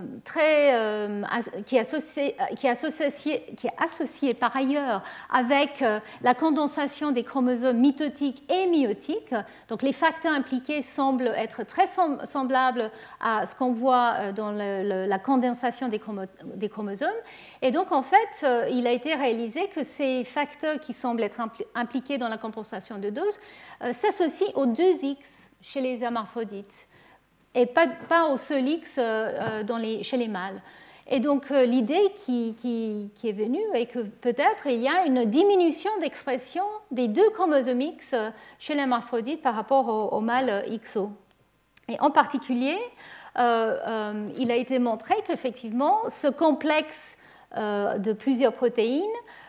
associé par ailleurs avec la condensation des chromosomes mitotiques et meiotiques. Donc les facteurs impliqués semblent être très semblables à ce qu'on voit dans la condensation des chromosomes. Et donc en fait, il a été réalisé que ces facteurs qui semblent être impliqués dans la compensation de dose s'associent aux 2X chez les hermaphrodites et pas au seul X chez les mâles. Et donc l'idée qui est venue est que peut-être il y a une diminution d'expression des deux chromosomes X chez l'hermaphrodite par rapport au mâle XO. Et en particulier, il a été montré qu'effectivement, ce complexe de plusieurs protéines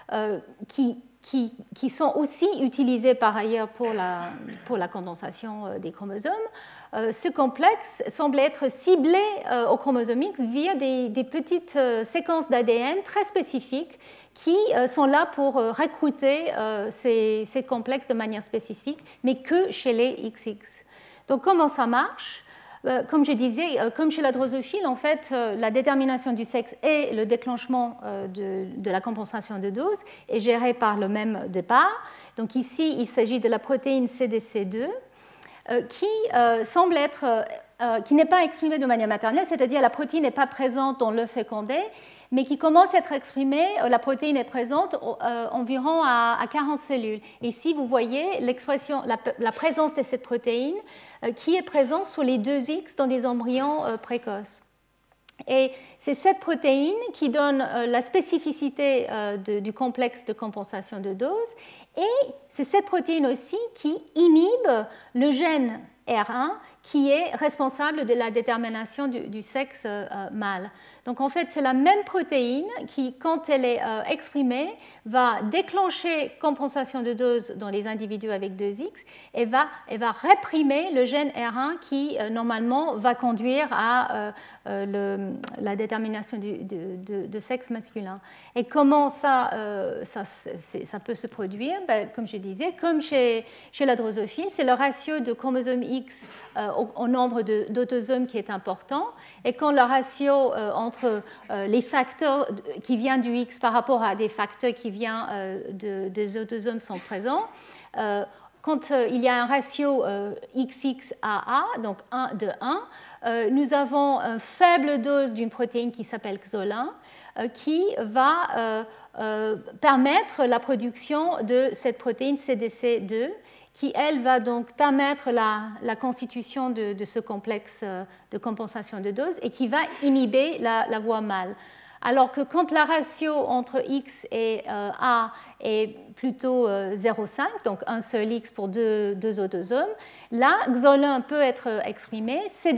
qui sont aussi utilisées par ailleurs pour la condensation des chromosomes, ce complexe semble être ciblé au chromosome X via des petites séquences d'ADN très spécifiques qui sont là pour recruter ces complexes de manière spécifique, mais que chez les XX. Donc comment ça marche? Comme je disais, comme chez la drosophile, en fait, la détermination du sexe et le déclenchement de la compensation de dose est géré par le même départ. Donc ici, il s'agit de la protéine CDC2 qui semble être, qui n'est pas exprimée de manière maternelle, c'est-à-dire la protéine n'est pas présente dans l'œuf fécondé, mais qui commence à être exprimée, la protéine est présente environ à 40 cellules. Ici, vous voyez l'expression, la présence de cette protéine qui est présente sur les 2X dans des embryons précoces. Et c'est cette protéine qui donne la spécificité du complexe de compensation de dose, et c'est cette protéine aussi qui inhibe le gène R1 qui est responsable de la détermination du sexe mâle. Donc en fait, c'est la même protéine qui, quand elle est exprimée, va déclencher compensation de dose dans les individus avec 2X et va réprimer le gène R1 qui, normalement, va conduire à la détermination de sexe masculin. Et comment ça peut se produire? Comme je disais, comme chez la drosophile, c'est le ratio de chromosome X au nombre d'autosomes qui est important. Et quand le ratio entre les facteurs qui viennent du X par rapport à des facteurs qui viennent des autosomes sont présents, quand il y a un ratio XXAA, donc 1 de 1, nous avons une faible dose d'une protéine qui s'appelle xolin, qui va permettre la production de cette protéine CDC2, qui, elle, va donc permettre la constitution de ce complexe de compensation de dose et qui va inhiber la voie mâle. Alors que quand la ratio entre X et A est plutôt 0,5, donc un seul X pour deux autosomes, là, xolin peut être exprimé,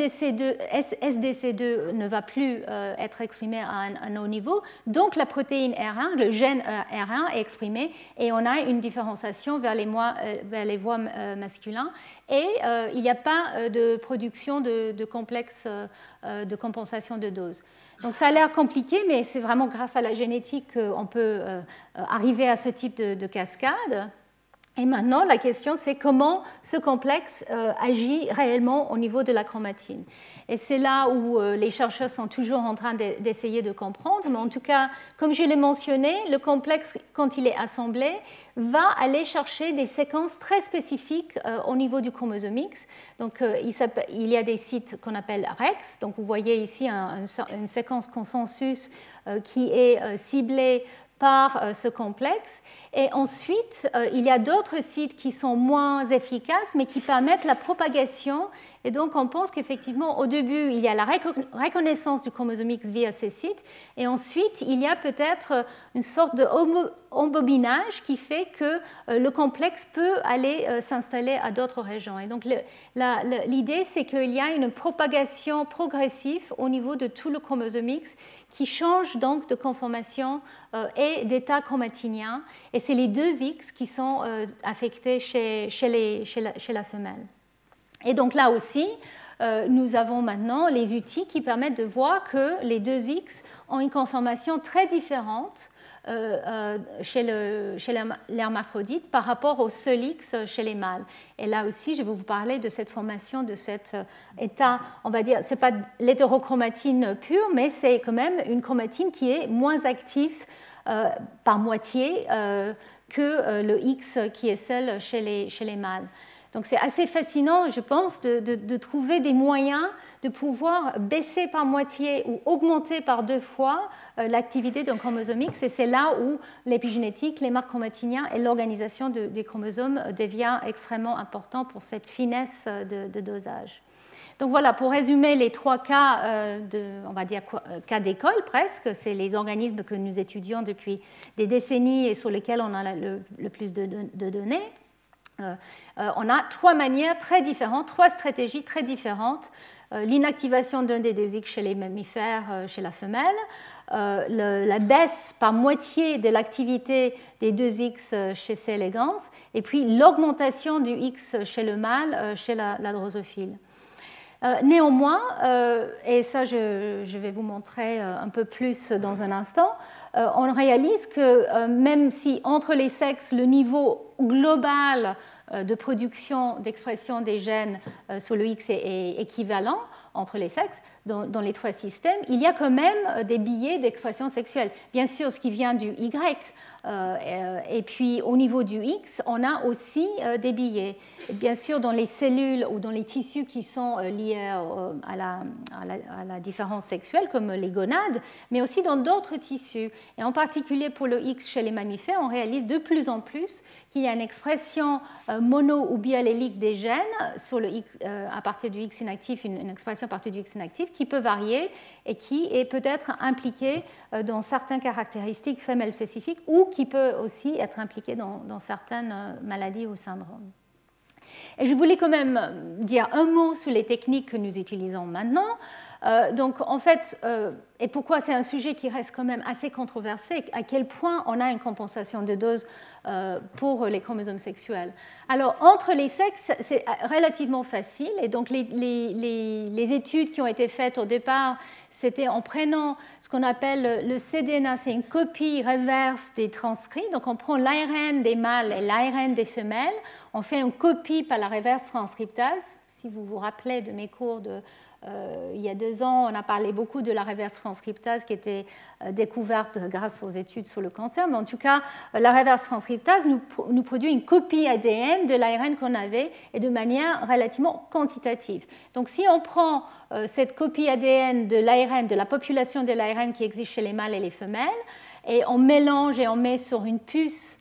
SDC2 ne va plus être exprimé à un haut niveau, donc la protéine R1, le gène R1 est exprimé et on a une différenciation vers les voies masculins et il n'y a pas de production de complexe de compensation de dose. Donc ça a l'air compliqué, mais c'est vraiment grâce à la génétique qu'on peut arriver à ce type de cascade. Et maintenant, la question, c'est comment ce complexe agit réellement au niveau de la chromatine. Et c'est là où les chercheurs sont toujours en train d'essayer de comprendre. Mais en tout cas, comme je l'ai mentionné, le complexe, quand il est assemblé, va aller chercher des séquences très spécifiques au niveau du chromosome X. Donc, il y a des sites qu'on appelle REX. Donc, vous voyez ici une séquence consensus qui est ciblée par ce complexe. Et ensuite, il y a d'autres sites qui sont moins efficaces, mais qui permettent la propagation. Et donc, on pense qu'effectivement, au début, il y a la reconnaissance du chromosome X via ces sites. Et ensuite, il y a peut-être une sorte de embobinage qui fait que le complexe peut aller s'installer à d'autres régions. Et donc, l'idée, c'est qu'il y a une propagation progressive au niveau de tout le chromosome X qui change donc de conformation et d'état chromatinien. Et c'est les 2X qui sont affectés chez la femelle. Et donc là aussi, nous avons maintenant les outils qui permettent de voir que les 2X ont une conformation très différente chez l'hermaphrodite par rapport au seul X chez les mâles. Et là aussi, je vais vous parler de cette formation, de cet état, on va dire, ce n'est pas l'hétérochromatine pure, mais c'est quand même une chromatine qui est moins active par moitié que le X qui est celle chez les mâles. Donc c'est assez fascinant, je pense, de trouver des moyens de pouvoir baisser par moitié ou augmenter par 2 fois l'activité d'un chromosome X. Et c'est là où l'épigénétique, les marques chromatiniens et l'organisation des chromosomes devient extrêmement important pour cette finesse de dosage. Donc voilà, pour résumer les 3 cas on va dire cas d'école presque, c'est les organismes que nous étudions depuis des décennies et sur lesquels on a le plus de données. On a 3 manières très différentes, 3 stratégies très différentes. L'inactivation d'un des 2X chez les mammifères, chez la femelle, la baisse par moitié de l'activité des 2X chez C. elegans, et puis l'augmentation du X chez le mâle, chez la drosophile. Néanmoins, et ça je vais vous montrer un peu plus dans un instant, on réalise que même si entre les sexes le niveau global de production, d'expression des gènes sur le X est équivalent entre les sexes, dans les trois systèmes, il y a quand même des biais d'expression sexuelle. Bien sûr, ce qui vient du Y, et puis au niveau du X, on a aussi des biais. Bien sûr, dans les cellules ou dans les tissus qui sont liés à la différence sexuelle, comme les gonades, mais aussi dans d'autres tissus. Et en particulier pour le X chez les mammifères, on réalise de plus en plus qu'il y a une expression mono ou biallélique des gènes sur le X, à partir du X inactif, une expression à partir du X inactif qui peut varier et qui est peut-être impliquée dans certaines caractéristiques femelles spécifiques ou qui peut aussi être impliquée dans certaines maladies ou syndromes. Et je voulais quand même dire un mot sur les techniques que nous utilisons maintenant. Donc, en fait, et pourquoi c'est un sujet qui reste quand même assez controversé, à quel point on a une compensation de dose pour les chromosomes sexuels. Alors, entre les sexes, c'est relativement facile. Et donc, les études qui ont été faites au départ, c'était en prenant ce qu'on appelle le cDNA, c'est une copie reverse des transcrits. Donc, on prend l'ARN des mâles et l'ARN des femelles. On fait une copie par la reverse transcriptase. Si vous vous rappelez de mes cours il y a 2 ans, on a parlé beaucoup de la reverse transcriptase qui était découverte grâce aux études sur le cancer. Mais en tout cas, la reverse transcriptase nous produit une copie ADN de l'ARN qu'on avait et de manière relativement quantitative. Donc, si on prend cette copie ADN de l'ARN, de la population de l'ARN qui existe chez les mâles et les femelles, et on mélange et on met sur une puce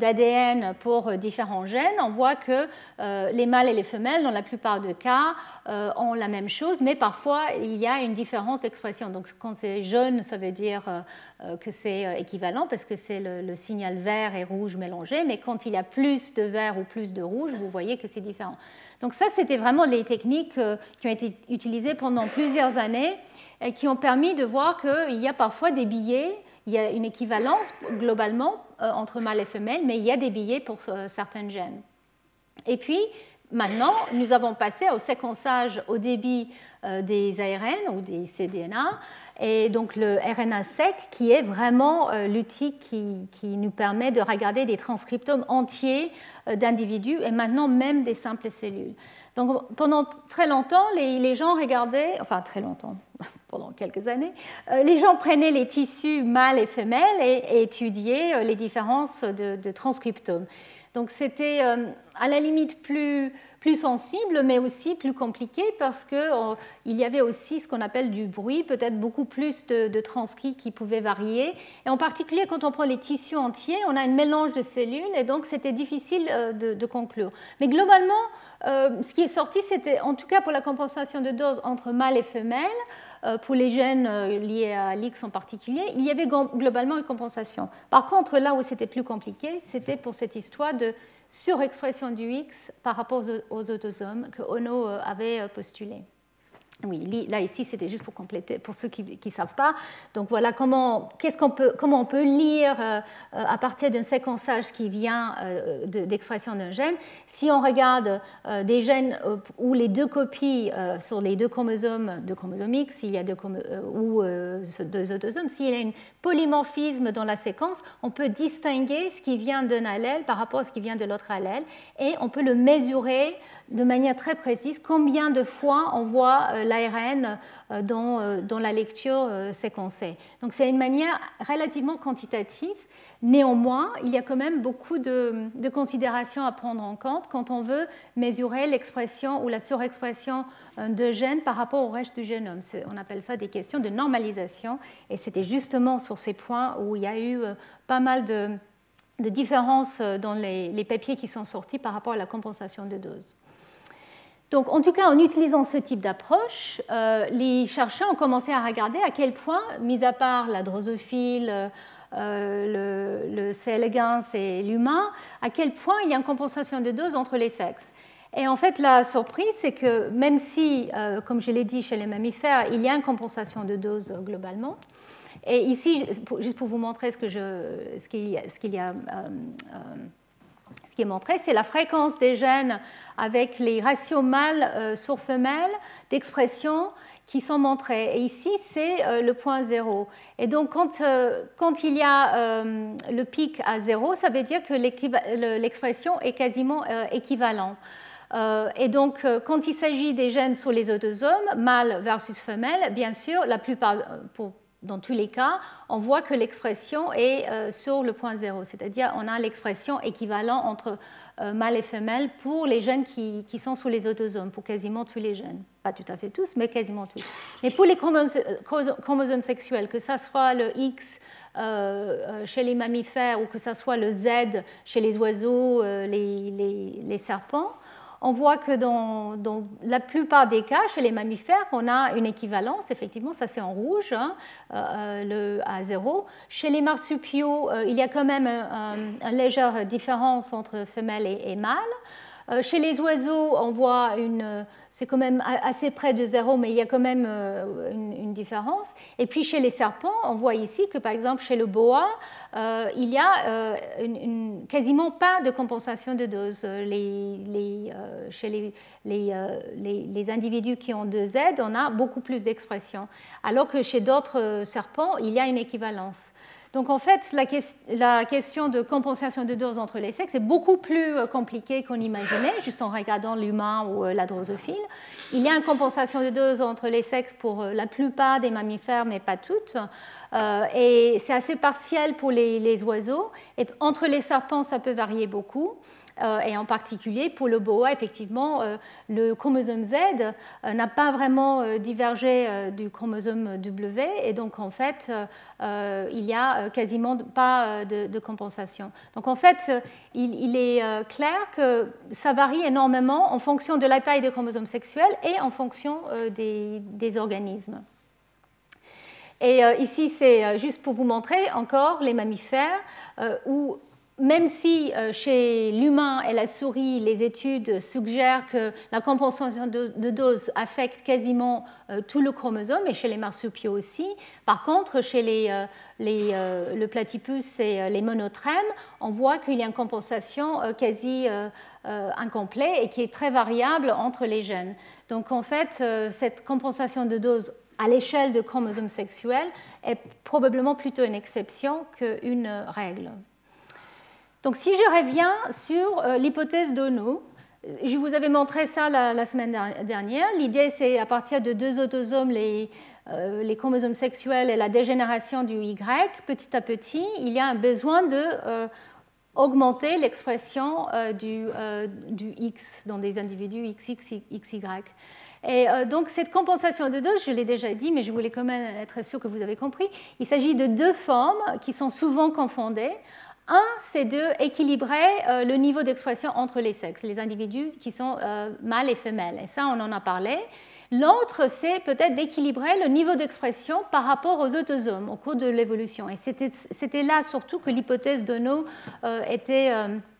d'ADN pour différents gènes, on voit que les mâles et les femelles, dans la plupart des cas, ont la même chose, mais parfois il y a une différence d'expression. Donc quand c'est jaune, ça veut dire que c'est équivalent parce que c'est le signal vert et rouge mélangé, mais quand il y a plus de vert ou plus de rouge, vous voyez que c'est différent. Donc ça, c'était vraiment les techniques qui ont été utilisées pendant plusieurs années et qui ont permis de voir qu'il y a parfois des biais. Il y a une équivalence globalement entre mâles et femelles, mais il y a des biais pour certains gènes. Et puis, maintenant, nous avons passé au séquençage au débit des ARN ou des cDNA, et donc le RNA-seq qui est vraiment l'outil qui nous permet de regarder des transcriptomes entiers d'individus et maintenant même des simples cellules. Donc pendant très longtemps, les gens regardaient, enfin très longtemps, pendant quelques années, les gens prenaient les tissus mâles et femelles et étudiaient les différences de transcriptomes. Donc c'était à la limite plus sensible, mais aussi plus compliqué parce qu'il y avait aussi ce qu'on appelle du bruit, peut-être beaucoup plus de transcrits qui pouvaient varier. Et en particulier, quand on prend les tissus entiers, on a un mélange de cellules et donc c'était difficile de conclure. Mais globalement, ce qui est sorti, c'était, en tout cas pour la compensation de dose entre mâles et femelles, pour les gènes liés à l'X en particulier, il y avait globalement une compensation. Par contre, là où c'était plus compliqué, c'était pour cette histoire de surexpression du X par rapport aux autosomes que Ono avait postulé. Oui, là ici c'était juste pour compléter, pour ceux qui ne savent pas. Donc voilà comment on peut lire à partir d'un séquençage qui vient d'expression d'un gène. Si on regarde des gènes où les deux copies sur les deux chromosomes X, s'il y a ou deux autosomes, s'il y a un polymorphisme dans la séquence, on peut distinguer ce qui vient d'un allèle par rapport à ce qui vient de l'autre allèle et on peut le mesurer de manière très précise combien de fois on voit l'ARN dans la lecture séquencée. Donc c'est une manière relativement quantitative. Néanmoins, il y a quand même beaucoup de considérations à prendre en compte quand on veut mesurer l'expression ou la surexpression de gènes par rapport au reste du génome. On appelle ça des questions de normalisation et c'était justement sur ces points où il y a eu pas mal de différences dans les papiers qui sont sortis par rapport à la compensation de dose. Donc, en tout cas, en utilisant ce type d'approche, les chercheurs ont commencé à regarder à quel point, mis à part la drosophile, le C. elegans et l'humain, à quel point il y a une compensation de dose entre les sexes. Et en fait, la surprise, c'est que même si, comme je l'ai dit chez les mammifères, il y a une compensation de dose globalement, et ici, juste pour vous montrer ce qui est montré, c'est la fréquence des gènes avec les ratios mâles sur femelles d'expression qui sont montrés. Et ici, c'est le point 0. Et donc, quand il y a le pic à 0, ça veut dire que l'expression est quasiment équivalente. Et donc, quand il s'agit des gènes sur les autosomes, mâle versus femelle, bien sûr, dans tous les cas, on voit que l'expression est sur le point 0, c'est-à-dire on a l'expression équivalente entre mâle et femelle pour les gènes qui sont sous les autosomes, pour quasiment tous les gènes. Pas tout à fait tous, mais quasiment tous. Mais pour les chromosomes sexuels, que ce soit le X chez les mammifères ou que ce soit le Z chez les oiseaux, les serpents, on voit que dans la plupart des cas, chez les mammifères, on a une équivalence, effectivement, ça c'est en rouge, à 0. Chez les marsupiaux, il y a quand même une légère différence entre femelle et mâle. Chez les oiseaux, on voit c'est quand même assez près de 0, mais il y a quand même une différence. Et puis chez les serpents, on voit ici que par exemple chez le boa, il y a quasiment pas de compensation de dose. Chez les individus qui ont 2Z, on a beaucoup plus d'expression, alors que chez d'autres serpents, il y a une équivalence. Donc en fait, la question de compensation de dose entre les sexes est beaucoup plus compliquée qu'on imaginait, juste en regardant l'humain ou la drosophile. Il y a une compensation de dose entre les sexes pour la plupart des mammifères, mais pas toutes. Et c'est assez partiel pour les oiseaux. Et entre les serpents, ça peut varier beaucoup. Et en particulier pour le boa, effectivement, le chromosome Z n'a pas vraiment divergé du chromosome W, et donc en fait, il n'y a quasiment pas de compensation. Donc en fait, il est clair que ça varie énormément en fonction de la taille des chromosomes sexuels et en fonction des organismes. Et ici, c'est juste pour vous montrer encore les mammifères où même si chez l'humain et la souris, les études suggèrent que la compensation de dose affecte quasiment tout le chromosome, et chez les marsupiaux aussi, par contre, chez le platypus et les monotrèmes, on voit qu'il y a une compensation quasi incomplète et qui est très variable entre les gènes. Donc en fait, cette compensation de dose à l'échelle de chromosomes sexuels est probablement plutôt une exception qu'une règle. Donc, si je reviens sur l'hypothèse d'Ono, je vous avais montré ça la semaine dernière. L'idée, c'est à partir de 2 autosomes, les chromosomes sexuels et la dégénération du Y, petit à petit, il y a un besoin d'augmenter l'expression du X dans des individus XX, XY. Et donc, cette compensation de dose, je l'ai déjà dit, mais je voulais quand même être sûr que vous avez compris, il s'agit de 2 formes qui sont souvent confondues. Un, c'est d'équilibrer le niveau d'expression entre les sexes, les individus qui sont mâles et femelles. Et ça, on en a parlé. L'autre, c'est peut-être d'équilibrer le niveau d'expression par rapport aux autosomes au cours de l'évolution. Et c'était là surtout que l'hypothèse d'Ono était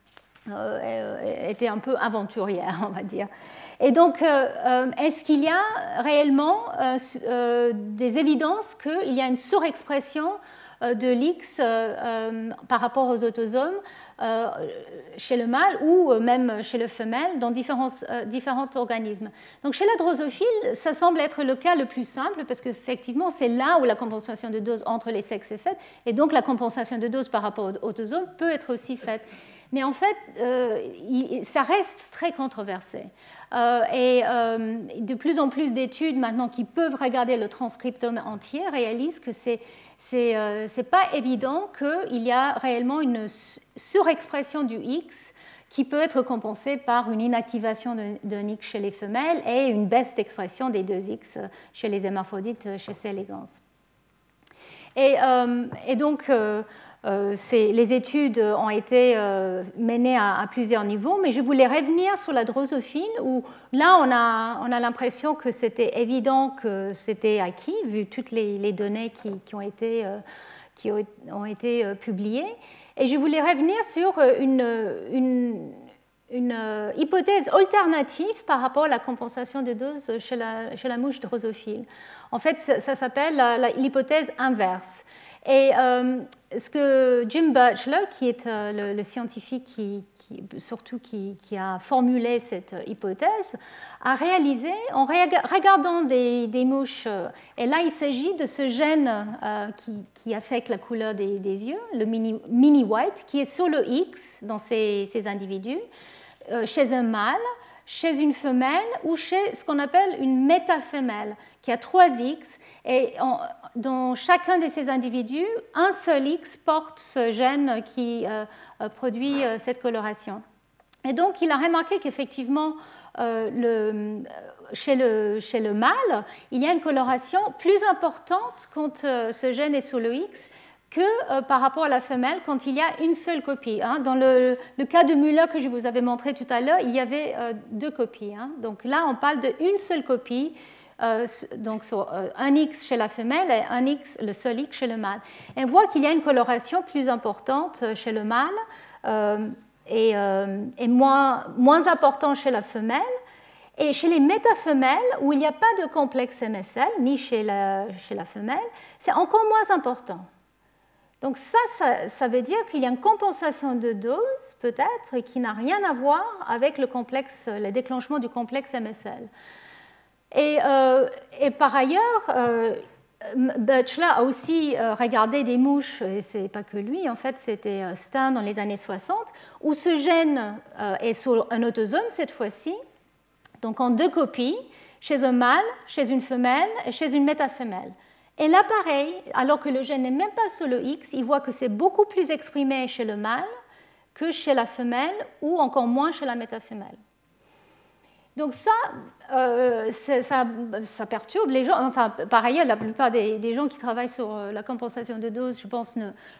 un peu aventurière, on va dire. Et donc, est-ce qu'il y a réellement des évidences qu'il y a une surexpression de l'X par rapport aux autosomes chez le mâle ou même chez le femelle dans différents organismes. Donc chez la drosophile, ça semble être le cas le plus simple parce qu'effectivement, c'est là où la compensation de dose entre les sexes est faite et donc la compensation de dose par rapport aux autosomes peut être aussi faite. Mais en fait, ça reste très controversé. Et de plus en plus d'études maintenant qui peuvent regarder le transcriptome entier réalisent que c'est pas évident qu'il y a réellement une surexpression du X qui peut être compensée par une inactivation d'un X chez les femelles et une baisse d'expression des 2 X chez les hermaphrodites chez C. elegans. Et donc, les études ont été menées à plusieurs niveaux, mais je voulais revenir sur la drosophile où là, on a l'impression que c'était évident que c'était acquis, vu toutes les données qui ont été publiées. Et je voulais revenir sur une hypothèse alternative par rapport à la compensation de dose chez la mouche drosophile. En fait, ça s'appelle l'hypothèse inverse. Et ce que Jim Birchler, qui est le scientifique qui a formulé cette hypothèse, a réalisé, en regardant des mouches, et là il s'agit de ce gène qui affecte la couleur des yeux, le mini-white, qui est sur le X dans ces individus, chez un mâle, chez une femelle ou chez ce qu'on appelle une métafemelle, qui a 3 X, et dans chacun de ces individus, un seul X porte ce gène qui produit cette coloration. Et donc, il a remarqué qu'effectivement, chez le mâle, il y a une coloration plus importante quand ce gène est sur le X que par rapport à la femelle quand il y a une seule copie. Dans le cas de Müller que je vous avais montré tout à l'heure, il y avait 2 copies. Donc là, on parle d'une seule copie, donc un X chez la femelle et un X, le seul X chez le mâle. Et on voit qu'il y a une coloration plus importante chez le mâle et moins importante chez la femelle. Et chez les métafemelles, où il n'y a pas de complexe MSL, ni chez la femelle, c'est encore moins important. Donc ça veut dire qu'il y a une compensation de dose, peut-être, qui n'a rien à voir avec le déclenchement du complexe MSL. Et par ailleurs, Birchler a aussi regardé des mouches, et ce n'est pas que lui, en fait, c'était Stein dans les années 60, où ce gène est sur un autosome cette fois-ci, donc en 2 copies, chez un mâle, chez une femelle et chez une métafemelle. Et là, pareil, alors que le gène n'est même pas sur le X, il voit que c'est beaucoup plus exprimé chez le mâle que chez la femelle ou encore moins chez la métafemelle. Donc ça perturbe les gens. Enfin, par ailleurs, la plupart des gens qui travaillent sur la compensation de dose, je pense,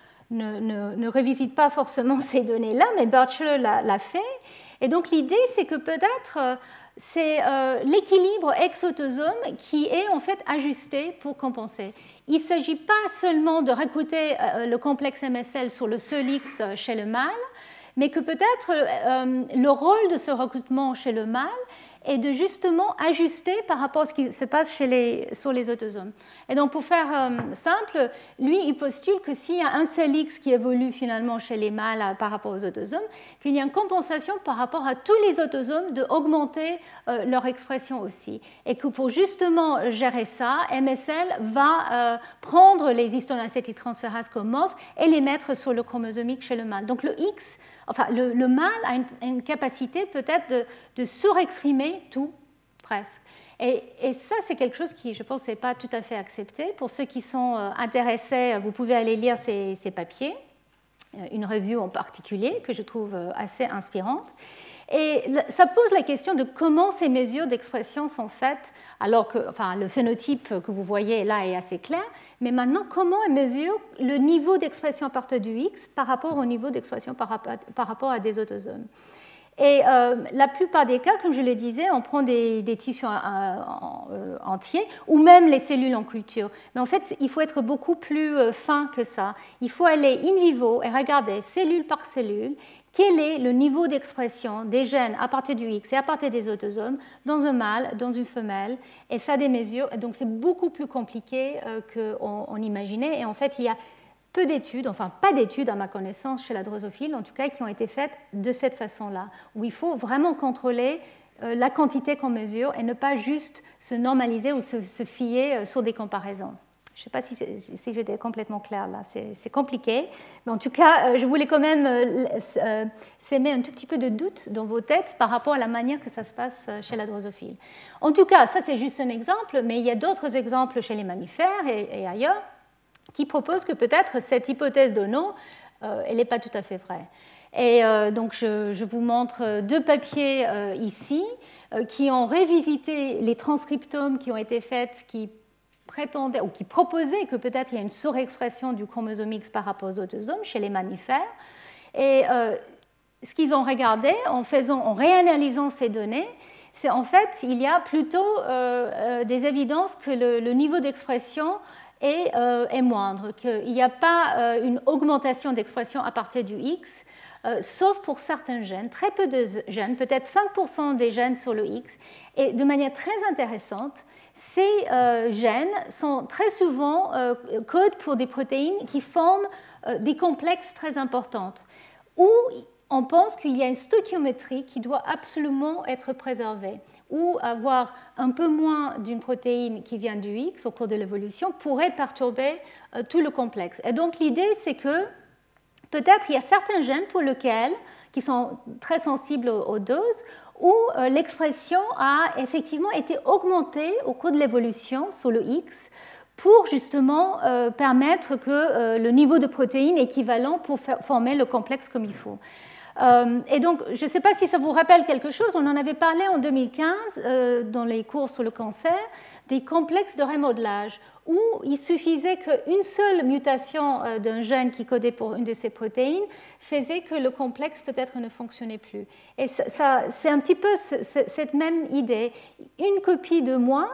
ne revisitent pas forcément ces données-là, mais Birchler l'a fait. Et donc l'idée, c'est que peut-être c'est l'équilibre ex-autosome qui est en fait ajusté pour compenser. Il ne s'agit pas seulement de recruter le complexe MSL sur le seul X chez le mâle, mais que peut-être le rôle de ce recrutement chez le mâle est de justement ajuster par rapport à ce qui se passe sur les autosomes. Et donc pour faire simple, lui il postule que s'il y a un seul X qui évolue finalement chez les mâles par rapport aux autosomes, qu'il y a une compensation par rapport à tous les autosomes d'augmenter leur expression aussi. Et que pour justement gérer ça, MSL va prendre les histone acétyltransférases comme morphes et les mettre sur le chromosomique chez le mâle. Donc le X, enfin le mâle a une capacité peut-être de surexprimer tout, presque. Et ça, c'est quelque chose qui, je pense, n'est pas tout à fait accepté. Pour ceux qui sont intéressés, vous pouvez aller lire ces papiers, une revue en particulier que je trouve assez inspirante. Et ça pose la question de comment ces mesures d'expression sont faites, alors que le phénotype que vous voyez là est assez clair, mais maintenant, comment on mesure le niveau d'expression à partir du X par rapport au niveau d'expression par rapport à des autosomes. Et la plupart des cas, comme je le disais, on prend des tissus entiers ou même les cellules en culture. Mais en fait, il faut être beaucoup plus fin que ça. Il faut aller in vivo et regarder cellule par cellule quel est le niveau d'expression des gènes à partir du X et à partir des autosomes dans un mâle, dans une femelle, et faire des mesures. Donc c'est beaucoup plus compliqué qu'on imaginait. Et en fait, il y a peu d'études, enfin pas d'études à ma connaissance chez la drosophile, en tout cas qui ont été faites de cette façon-là, où il faut vraiment contrôler la quantité qu'on mesure et ne pas juste se normaliser ou se fier sur des comparaisons. Je ne sais pas si j'étais complètement claire là, c'est compliqué, mais en tout cas, je voulais quand même s'aimer un tout petit peu de doute dans vos têtes par rapport à la manière que ça se passe chez la drosophile. En tout cas, ça c'est juste un exemple, mais il y a d'autres exemples chez les mammifères et ailleurs, qui propose que peut-être cette hypothèse d'Ono, elle n'est pas tout à fait vraie. Et donc je vous montre 2 papiers ici qui ont revisité les transcriptomes qui ont été faits, qui prétendaient ou qui proposaient que peut-être il y a une surexpression du chromosome X par rapport aux autosomes chez les mammifères. Et ce qu'ils ont regardé en réanalysant ces données, c'est en fait il y a plutôt des évidences que le niveau d'expression est moindre, qu'il n'y a pas une augmentation d'expression à partir du X, sauf pour certains gènes, très peu de gènes, peut-être 5% des gènes sur le X. Et de manière très intéressante, ces gènes sont très souvent codent pour des protéines qui forment des complexes très importantes, où on pense qu'il y a une stoichiométrie qui doit absolument être préservée, ou avoir un peu moins d'une protéine qui vient du X au cours de l'évolution pourrait perturber tout le complexe. Et donc l'idée, c'est que peut-être il y a certains gènes pour lesquels, qui sont très sensibles aux doses, où l'expression a effectivement été augmentée au cours de l'évolution sur le X pour justement permettre que le niveau de protéines est équivalent pour former le complexe comme il faut. Et donc, je ne sais pas si ça vous rappelle quelque chose, on en avait parlé en 2015 dans les cours sur le cancer, des complexes de remodelage, où il suffisait qu'une seule mutation d'un gène qui codait pour une de ces protéines faisait que le complexe peut-être ne fonctionnait plus. Et ça, c'est un petit peu cette même idée. Une copie de moins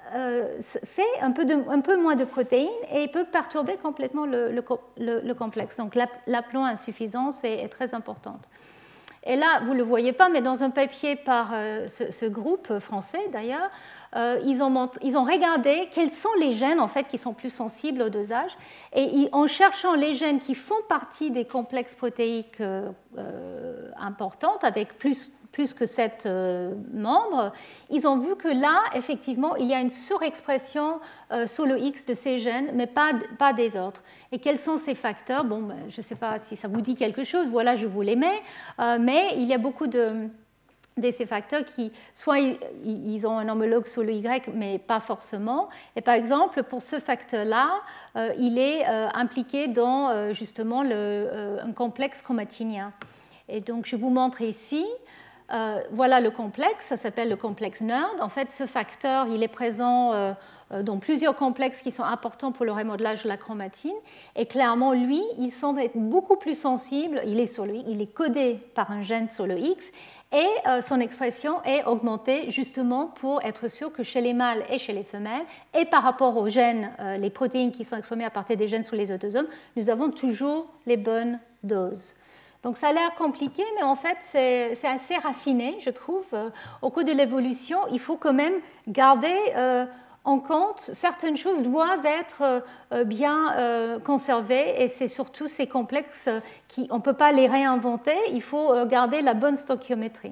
fait un peu moins de protéines et peut perturber complètement le complexe. Donc l'aplomb-insuffisance est très importante. Et là, vous ne le voyez pas, mais dans un papier par ce groupe français d'ailleurs, ils ont regardé quels sont les gènes en fait, qui sont plus sensibles au dosage. Et en cherchant les gènes qui font partie des complexes protéiques importantes, avec plus que 7 membres, ils ont vu que là, effectivement, il y a une surexpression sur le X de ces gènes, mais pas des autres. Et quels sont ces facteurs? Bon, ben, je ne sais pas si ça vous dit quelque chose, voilà, je vous les mets, mais il y a beaucoup de ces facteurs qui, soit ils ont un homologue sur le Y, mais pas forcément. Et par exemple, pour ce facteur-là, il est impliqué dans justement un complexe chromatinien. Et donc, je vous montre ici. Voilà le complexe, ça s'appelle le complexe NERD. En fait, ce facteur, il est présent dans plusieurs complexes qui sont importants pour le remodelage de la chromatine. Et clairement, lui, il semble être beaucoup plus sensible. Il est codé par un gène sur le X. Et son expression est augmentée justement pour être sûr que chez les mâles et chez les femelles, et par rapport aux gènes, les protéines qui sont exprimées à partir des gènes sur les autosomes, nous avons toujours les bonnes doses. Donc ça a l'air compliqué, mais en fait c'est assez raffiné, je trouve. Au cours de l'évolution, il faut quand même garder en compte, certaines choses doivent être bien conservées, et c'est surtout ces complexes on ne peut pas les réinventer, il faut garder la bonne stoichiométrie.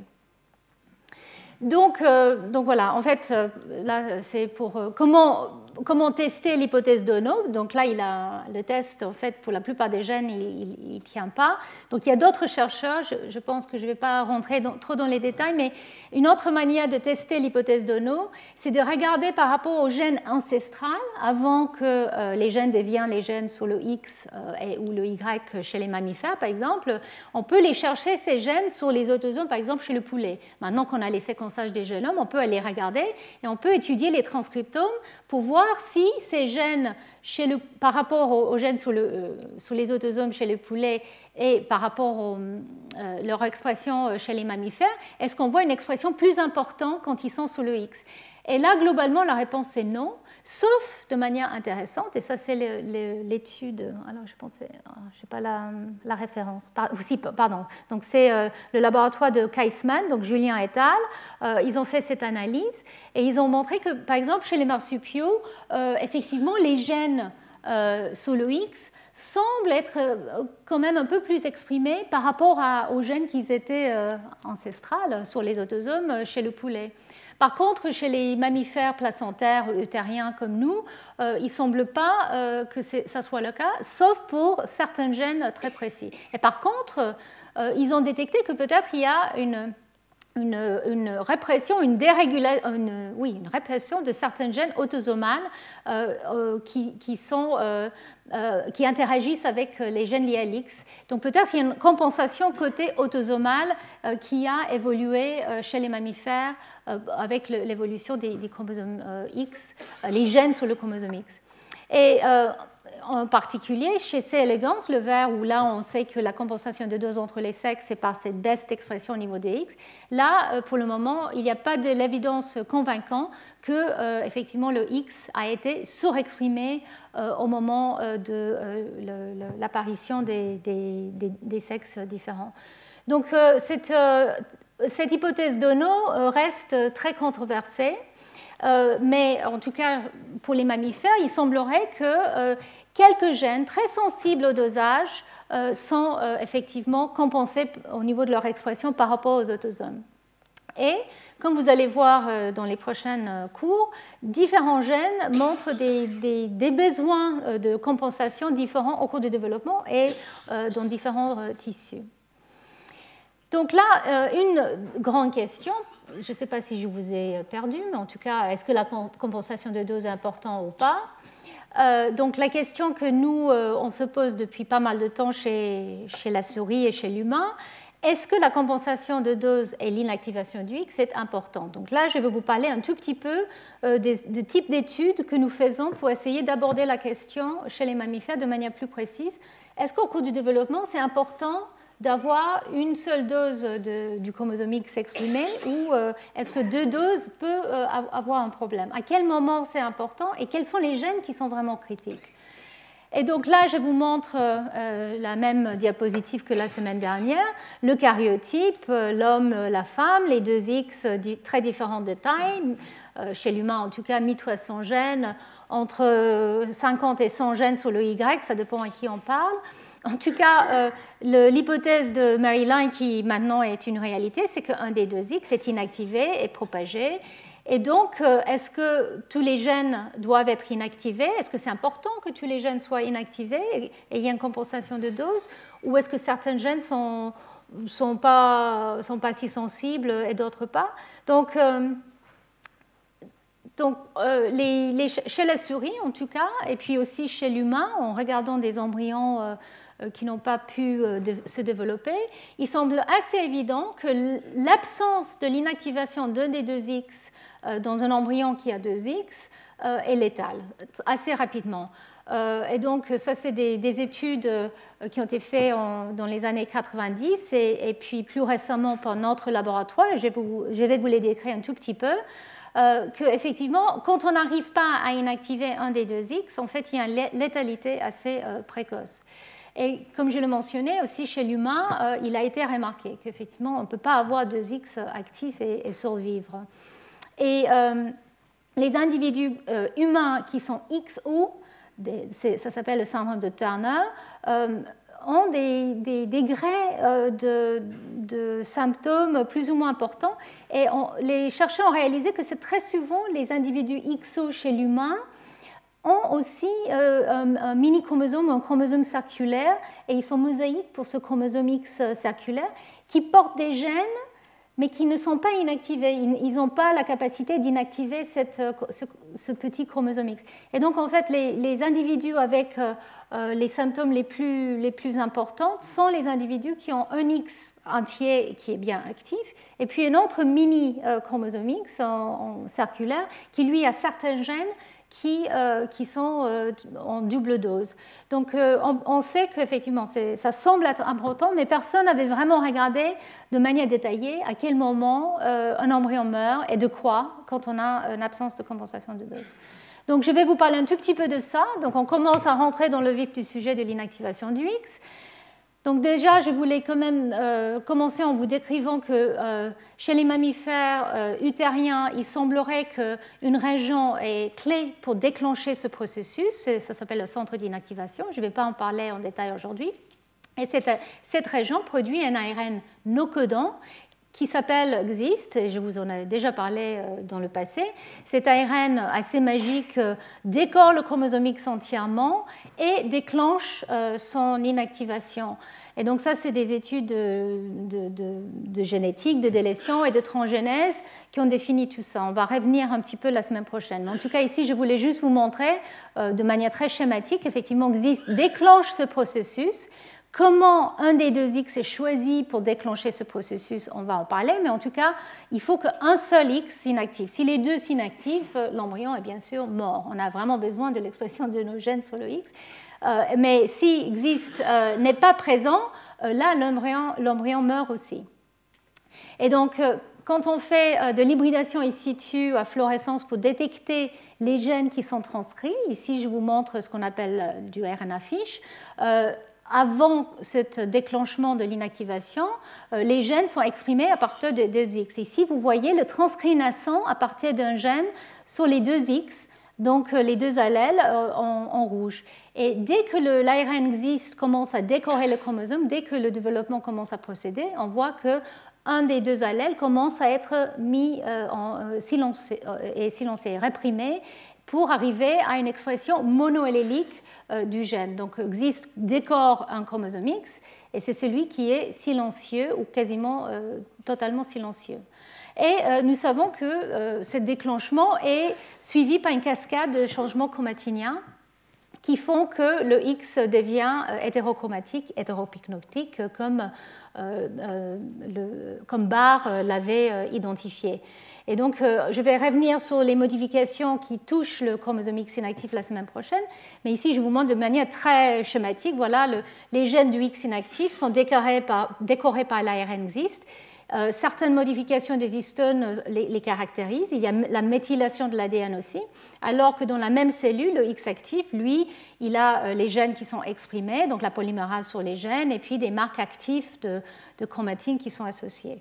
Donc voilà, en fait, là c'est pour comment tester l'hypothèse d'Ono. Donc là, le test, en fait, pour la plupart des gènes, il ne tient pas. Donc il y a d'autres chercheurs, je pense que je ne vais pas rentrer trop dans les détails, mais une autre manière de tester l'hypothèse d'Ono, c'est de regarder par rapport aux gènes ancestrales, avant que les gènes deviennent les gènes sur le X ou le Y chez les mammifères, par exemple. On peut les chercher, ces gènes, sur les autosomes, par exemple, chez le poulet. Maintenant qu'on a les séquençages des génomes, on peut aller regarder et on peut étudier les transcriptomes pour voir si ces gènes, par rapport aux gènes sur les autosomes chez les poulets et par rapport à leur expression chez les mammifères, est-ce qu'on voit une expression plus importante quand ils sont sur le X? Et là, globalement, la réponse est non, sauf de manière intéressante, et ça c'est l'étude, alors je pensais, je sais pas la référence, pardon, donc c'est le laboratoire de Kaisman, donc Julien et al., ils ont fait cette analyse, et ils ont montré que, par exemple, chez les marsupiaux, effectivement, les gènes sur le X semblent être quand même un peu plus exprimés par rapport aux gènes qui étaient ancestrales sur les autosomes chez le poulet. Par contre, chez les mammifères placentaires eutériens comme nous, il ne semble pas que ça soit le cas, sauf pour certains gènes très précis. Et par contre, ils ont détecté que peut-être il y a une répression, une répression de certains gènes autosomales qui interagissent avec les gènes liés à l'X. Donc peut-être il y a une compensation côté autosomal qui a évolué chez les mammifères avec l'évolution des chromosomes X, les gènes sur le chromosome X. Et en particulier, chez C. elegans, le ver, où là on sait que la compensation de dose entre les sexes c'est par cette baisse d'expression au niveau de X, là pour le moment il n'y a pas de l'évidence convaincante que effectivement le X a été surexprimé au moment de l'apparition des sexes différents. Donc cette hypothèse d'Ono reste très controversée. Mais en tout cas, pour les mammifères, il semblerait quelques gènes très sensibles au dosage sont effectivement compensés au niveau de leur expression par rapport aux autosomes. Et comme vous allez voir dans les prochains cours, différents gènes montrent des besoins de compensation différents au cours du développement et dans différents tissus. Donc là, une grande question, je ne sais pas si je vous ai perdu, mais en tout cas, est-ce que la compensation de dose est importante ou pas? Donc la question que nous, on se pose depuis pas mal de temps chez la souris et chez l'humain, est-ce que la compensation de dose et l'inactivation du X est important? Donc là, je vais vous parler un tout petit peu du type d'études que nous faisons pour essayer d'aborder la question chez les mammifères de manière plus précise. Est-ce qu'au cours du développement, c'est important d'avoir une seule dose du chromosome X exprimé ou est-ce que 2 doses peuvent avoir un problème? À quel moment c'est important et quels sont les gènes qui sont vraiment critiques? Et donc là, je vous montre la même diapositive que la semaine dernière, le karyotype, l'homme, la femme, les 2 X très différents de taille, chez l'humain en tout cas 1300 gènes, entre 50 et 100 gènes sur le Y, ça dépend à qui on parle. En tout cas, l'hypothèse de Mary Line, qui maintenant est une réalité, c'est qu'un des 2 X est inactivé et propagé. Et donc, est-ce que tous les gènes doivent être inactivés? Est-ce que c'est important que tous les gènes soient inactivés et il y ait une compensation de dose? Ou est-ce que certains gènes ne sont pas si sensibles et d'autres pas? Donc chez la souris, en tout cas, et puis aussi chez l'humain, en regardant des embryons qui n'ont pas pu se développer, il semble assez évident que l'absence de l'inactivation d'un des 2 X dans un embryon qui a 2 X est létale, assez rapidement. Et donc, ça, c'est des études qui ont été faites dans les années 90 et puis plus récemment par notre laboratoire. Je vais vous les décrire un tout petit peu. Qu'effectivement, quand on n'arrive pas à inactiver un des 2 X, en fait, il y a une létalité assez précoce. Et comme je le mentionnais, aussi chez l'humain, il a été remarqué qu'effectivement, on ne peut pas avoir 2 X actifs et survivre. Et les individus humains qui sont XO, ça s'appelle le syndrome de Turner, ont des degrés de symptômes plus ou moins importants. Et les chercheurs ont réalisé que c'est très souvent les individus XO chez l'humain ont aussi un mini-chromosome ou un chromosome circulaire, et ils sont mosaïques pour ce chromosome X circulaire, qui portent des gènes, mais qui ne sont pas inactivés. Ils n'ont pas la capacité d'inactiver ce petit chromosome X. Et donc, en fait, les individus avec les symptômes les plus importants sont les individus qui ont un X entier qui est bien actif, et puis un autre mini-chromosome X en circulaire, qui, lui, a certains gènes qui sont en double dose. Donc, on sait qu'effectivement, ça semble être important, mais personne n'avait vraiment regardé de manière détaillée à quel moment un embryon meurt et de quoi quand on a une absence de compensation de dose. Donc, je vais vous parler un tout petit peu de ça. Donc, on commence à rentrer dans le vif du sujet de l'inactivation du X. Donc déjà, je voulais quand même commencer en vous décrivant que chez les mammifères utériens, il semblerait qu'une région est clé pour déclencher ce processus. Ça s'appelle le centre d'inactivation. Je ne vais pas en parler en détail aujourd'hui. Et cette région produit un ARN no-codant qui s'appelle XIST, et je vous en ai déjà parlé dans le passé. Cet ARN assez magique décore le chromosome X entièrement et déclenche son inactivation. Et donc ça, c'est des études de génétique, de délétion et de transgénèse qui ont défini tout ça. On va revenir un petit peu la semaine prochaine. Mais en tout cas, ici, je voulais juste vous montrer de manière très schématique, effectivement, XIST déclenche ce processus. Comment un des 2 X est choisi pour déclencher ce processus, on va en parler, mais en tout cas, il faut qu'un seul X s'inactive. Si les deux s'inactivent, l'embryon est bien sûr mort. On a vraiment besoin de l'expression de nos gènes sur le X. Mais si XIST n'est pas présent, là, l'embryon meurt aussi. Et donc, quand on fait de l'hybridation in situ à fluorescence pour détecter les gènes qui sont transcrits, ici, je vous montre ce qu'on appelle du RNA fiche. Avant ce déclenchement de l'inactivation, les gènes sont exprimés à partir de 2 X. Ici, vous voyez le transcrit naissant à partir d'un gène sur les 2 X Donc les deux allèles en rouge. Et dès que l'ARN existe, commence à décorer le chromosome, dès que le développement commence à procéder, on voit qu'un des deux allèles commence à être mis silencé, réprimé, pour arriver à une expression monoallélique du gène. Donc existe, décore un chromosome X, et c'est celui qui est silencieux ou quasiment totalement silencieux. Et nous savons que ce déclenchement est suivi par une cascade de changements chromatiниens qui font que le X devient hétérochromatique, hétéropycnotique, comme Barr l'avait identifié. Et donc, je vais revenir sur les modifications qui touchent le chromosome X inactif la semaine prochaine, mais ici, je vous montre de manière très schématique. Voilà, les gènes du X inactif sont décorés par l'ARN existe. Certaines modifications des histones les caractérisent. Il y a la méthylation de l'ADN aussi, alors que dans la même cellule, le X actif, lui, il a les gènes qui sont exprimés, donc la polymérase sur les gènes, et puis des marques actives de chromatine qui sont associées.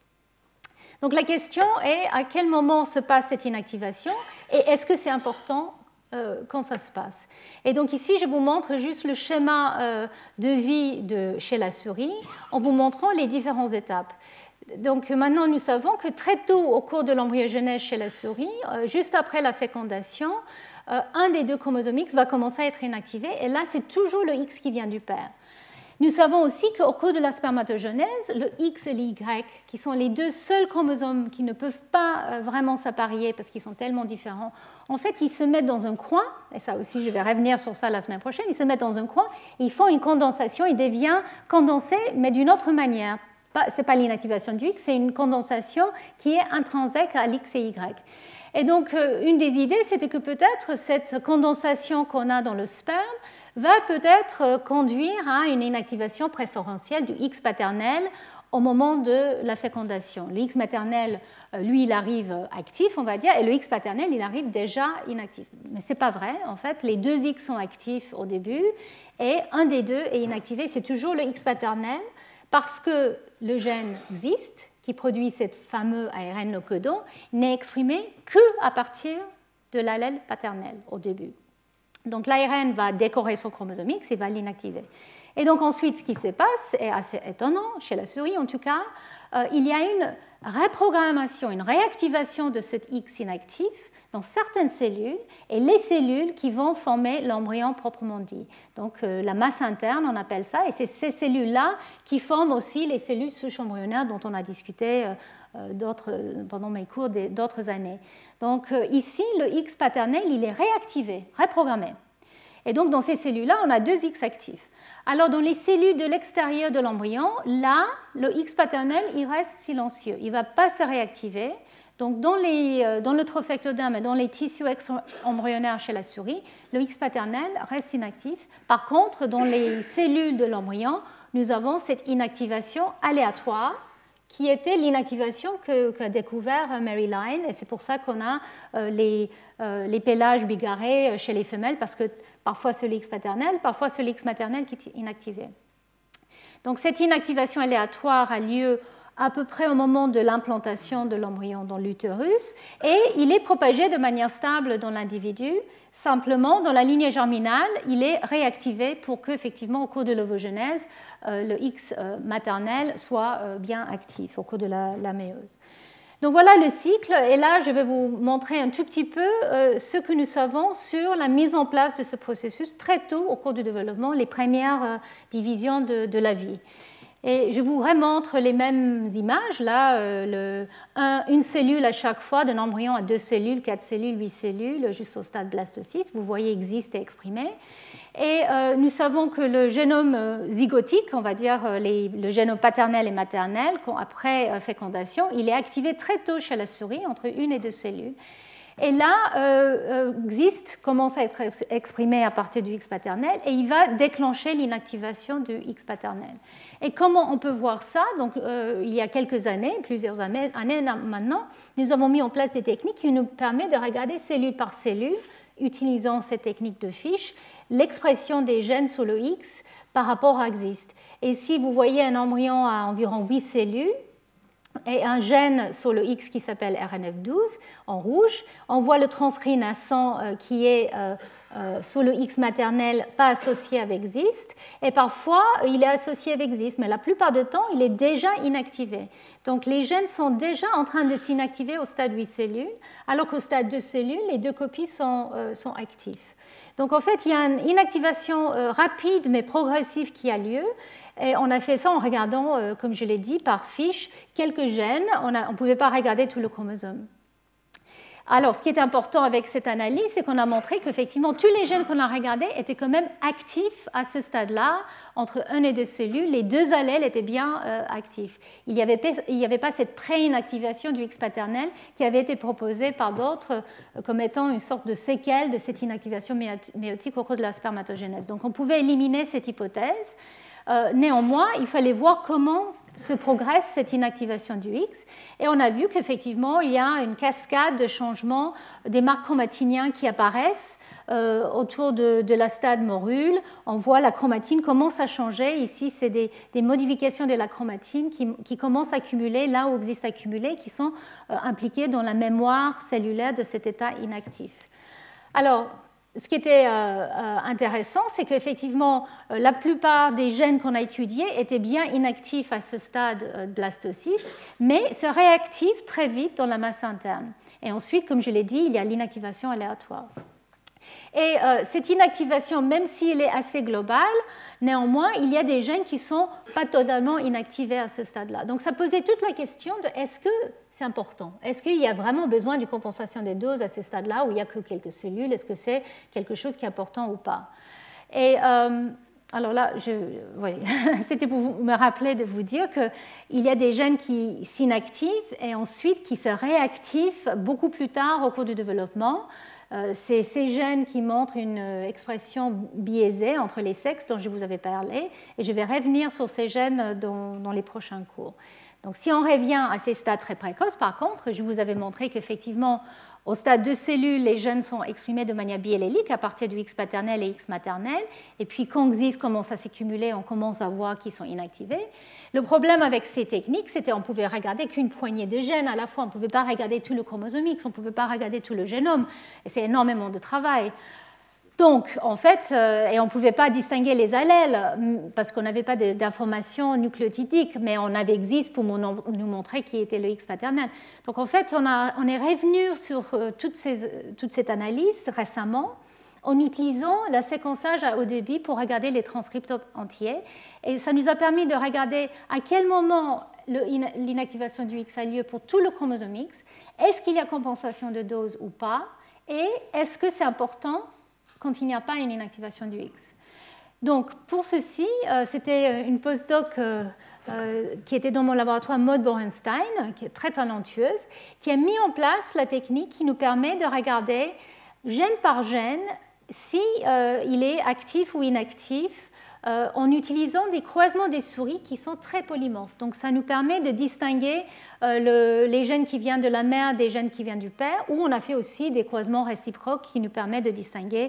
Donc la question est à quel moment se passe cette inactivation et est-ce que c'est important quand ça se passe. Et donc ici, je vous montre juste le schéma de vie chez la souris en vous montrant les différentes étapes. Donc maintenant, nous savons que très tôt au cours de l'embryogenèse chez la souris, juste après la fécondation, un des deux chromosomes X va commencer à être inactivé et là, c'est toujours le X qui vient du père. Nous savons aussi qu'au cours de la spermatogenèse, le X et l'Y, qui sont les deux seuls chromosomes qui ne peuvent pas vraiment s'apparier parce qu'ils sont tellement différents, en fait, ils se mettent dans un coin, et ça aussi, je vais revenir sur ça la semaine prochaine, ils se mettent dans un coin, ils font une condensation, il devient condensé, mais d'une autre manière. Ce n'est pas l'inactivation du X, c'est une condensation qui est intrinsèque à l'X et Y. Et donc, une des idées, c'était que peut-être cette condensation qu'on a dans le sperme va peut-être conduire à une inactivation préférentielle du X paternel au moment de la fécondation. Le X maternel, lui, il arrive actif, on va dire, et le X paternel, il arrive déjà inactif. Mais ce n'est pas vrai, en fait, les deux X sont actifs au début, et un des deux est inactivé, c'est toujours le X paternel, parce que le gène existe, qui produit cette fameux ARN no codon, n'est exprimé qu'à partir de l'allèle paternel au début. Donc l'ARN va décorer son chromosome X et va l'inactiver. Et donc ensuite, ce qui se passe est assez étonnant, chez la souris en tout cas, il y a une reprogrammation, une réactivation de cet X inactif dans certaines cellules, et les cellules qui vont former l'embryon proprement dit. Donc la masse interne, on appelle ça, et c'est ces cellules-là qui forment aussi les cellules souches embryonnaires dont on a discuté pendant mes cours d'autres années. Donc ici, le X paternel, il est réactivé, reprogrammé. Et donc dans ces cellules-là, on a deux X actifs. Alors dans les cellules de l'extérieur de l'embryon, là, le X paternel, il reste silencieux, il ne va pas se réactiver. Donc dans le trophectoderme et dans les tissus embryonnaires chez la souris, le X paternel reste inactif. Par contre, dans les cellules de l'embryon, nous avons cette inactivation aléatoire qui était l'inactivation qu'a découvert Mary Line, et c'est pour ça qu'on a les pélages bigarrés chez les femelles, parce que parfois c'est le X paternel, parfois c'est le X maternel qui est inactivé. Donc cette inactivation aléatoire a lieu à peu près au moment de l'implantation de l'embryon dans l'utérus, et il est propagé de manière stable dans l'individu. Simplement, dans la lignée germinale, il est réactivé pour qu'effectivement, au cours de l'ovogenèse, le X maternel soit bien actif au cours de la méiose. Donc voilà le cycle, et là, je vais vous montrer un tout petit peu ce que nous savons sur la mise en place de ce processus très tôt au cours du développement, les premières divisions de la vie. Et je vous remontre les mêmes images, là, une cellule à chaque fois, d'un embryon à 2 cellules, 4 cellules, 8 cellules, jusqu'au stade blastocyste, vous voyez, existe et exprimé. Et nous savons que le génome zygotique, on va dire le génome paternel et maternel, après fécondation, il est activé très tôt chez la souris, entre 1 et 2 cellules. Et là, commence à être exprimé à partir du X paternel et il va déclencher l'inactivation du X paternel. Et comment on peut voir ça? Donc, il y a quelques années, plusieurs années maintenant, nous avons mis en place des techniques qui nous permettent de regarder cellule par cellule, utilisant ces techniques de fiche, l'expression des gènes sur le X par rapport à existe. Et si vous voyez un embryon à environ 8 cellules, et un gène sur le X qui s'appelle RNF12 en rouge. On voit le transcrit naissant qui est sur le X maternel pas associé avec ZIST, et parfois il est associé avec ZIST, mais la plupart du temps il est déjà inactivé. Donc les gènes sont déjà en train de s'inactiver au stade 8 cellules, alors qu'au stade 2 cellules, les deux copies sont actives. Donc en fait, il y a une inactivation rapide mais progressive qui a lieu. Et on a fait ça en regardant, comme je l'ai dit, par fiche, quelques gènes. On ne pouvait pas regarder tout le chromosome. Alors, ce qui est important avec cette analyse, c'est qu'on a montré qu'effectivement, tous les gènes qu'on a regardés étaient quand même actifs à ce stade-là. Entre 1 et 2 cellules, les deux allèles étaient bien actifs. Il n'y avait pas cette pré-inactivation du X paternel qui avait été proposée par d'autres comme étant une sorte de séquelle de cette inactivation méiotique au cours de la spermatogénèse. Donc, on pouvait éliminer cette hypothèse. Néanmoins, il fallait voir comment se progresse cette inactivation du X. Et on a vu qu'effectivement, il y a une cascade de changements des marques chromatiniens qui apparaissent autour de la stade morule. On voit la chromatine commence à changer. Ici, c'est des modifications de la chromatine qui commencent à accumuler là où existe accumulé, qui sont impliquées dans la mémoire cellulaire de cet état inactif. Alors, ce qui était intéressant, c'est qu'effectivement, la plupart des gènes qu'on a étudiés étaient bien inactifs à ce stade blastocyste, mais se réactivent très vite dans la masse interne. Et ensuite, comme je l'ai dit, il y a l'inactivation aléatoire. Et cette inactivation, même si elle est assez globale, néanmoins, il y a des gènes qui ne sont pas totalement inactivés à ce stade-là. Donc ça posait toute la question de est-ce que c'est important? Est-ce qu'il y a vraiment besoin d'une compensation des doses à ce stade-là où il n'y a que quelques cellules? Est-ce que c'est quelque chose qui est important ou pas? Et alors là, c'était pour me rappeler de vous dire qu'il y a des gènes qui s'inactivent et ensuite qui se réactivent beaucoup plus tard au cours du développement. C'est ces gènes qui montrent une expression biaisée entre les sexes dont je vous avais parlé, et je vais revenir sur ces gènes dans les prochains cours. Donc, si on revient à ces stades très précoces, par contre, je vous avais montré qu'effectivement, au stade de cellules, les gènes sont exprimés de manière biallélique à partir du X paternel et X maternel, et puis quand XIS commence à s'accumuler, on commence à voir qu'ils sont inactivés. Le problème avec ces techniques, c'était qu'on ne pouvait regarder qu'une poignée de gènes à la fois, on ne pouvait pas regarder tout le chromosome X, on ne pouvait pas regarder tout le génome, et c'est énormément de travail. Donc, en fait, et on ne pouvait pas distinguer les allèles parce qu'on n'avait pas d'informations nucléotidiques, mais on avait XIS pour nous montrer qui était le X paternel. Donc, en fait, on est revenu sur toute cette analyse récemment en utilisant le séquençage à haut débit pour regarder les transcriptomes entiers. Et ça nous a permis de regarder à quel moment l'inactivation du X a lieu pour tout le chromosome X. Est-ce qu'il y a compensation de dose ou pas? Et est-ce que c'est important quand il n'y a pas une inactivation du X. Donc, pour ceci, c'était une postdoc qui était dans mon laboratoire, Maud Borenstein, qui est très talentueuse, qui a mis en place la technique qui nous permet de regarder gène par gène si il est actif ou inactif en utilisant des croisements des souris qui sont très polymorphes. Donc, ça nous permet de distinguer les gènes qui viennent de la mère des gènes qui viennent du père, ou on a fait aussi des croisements réciproques qui nous permettent de distinguer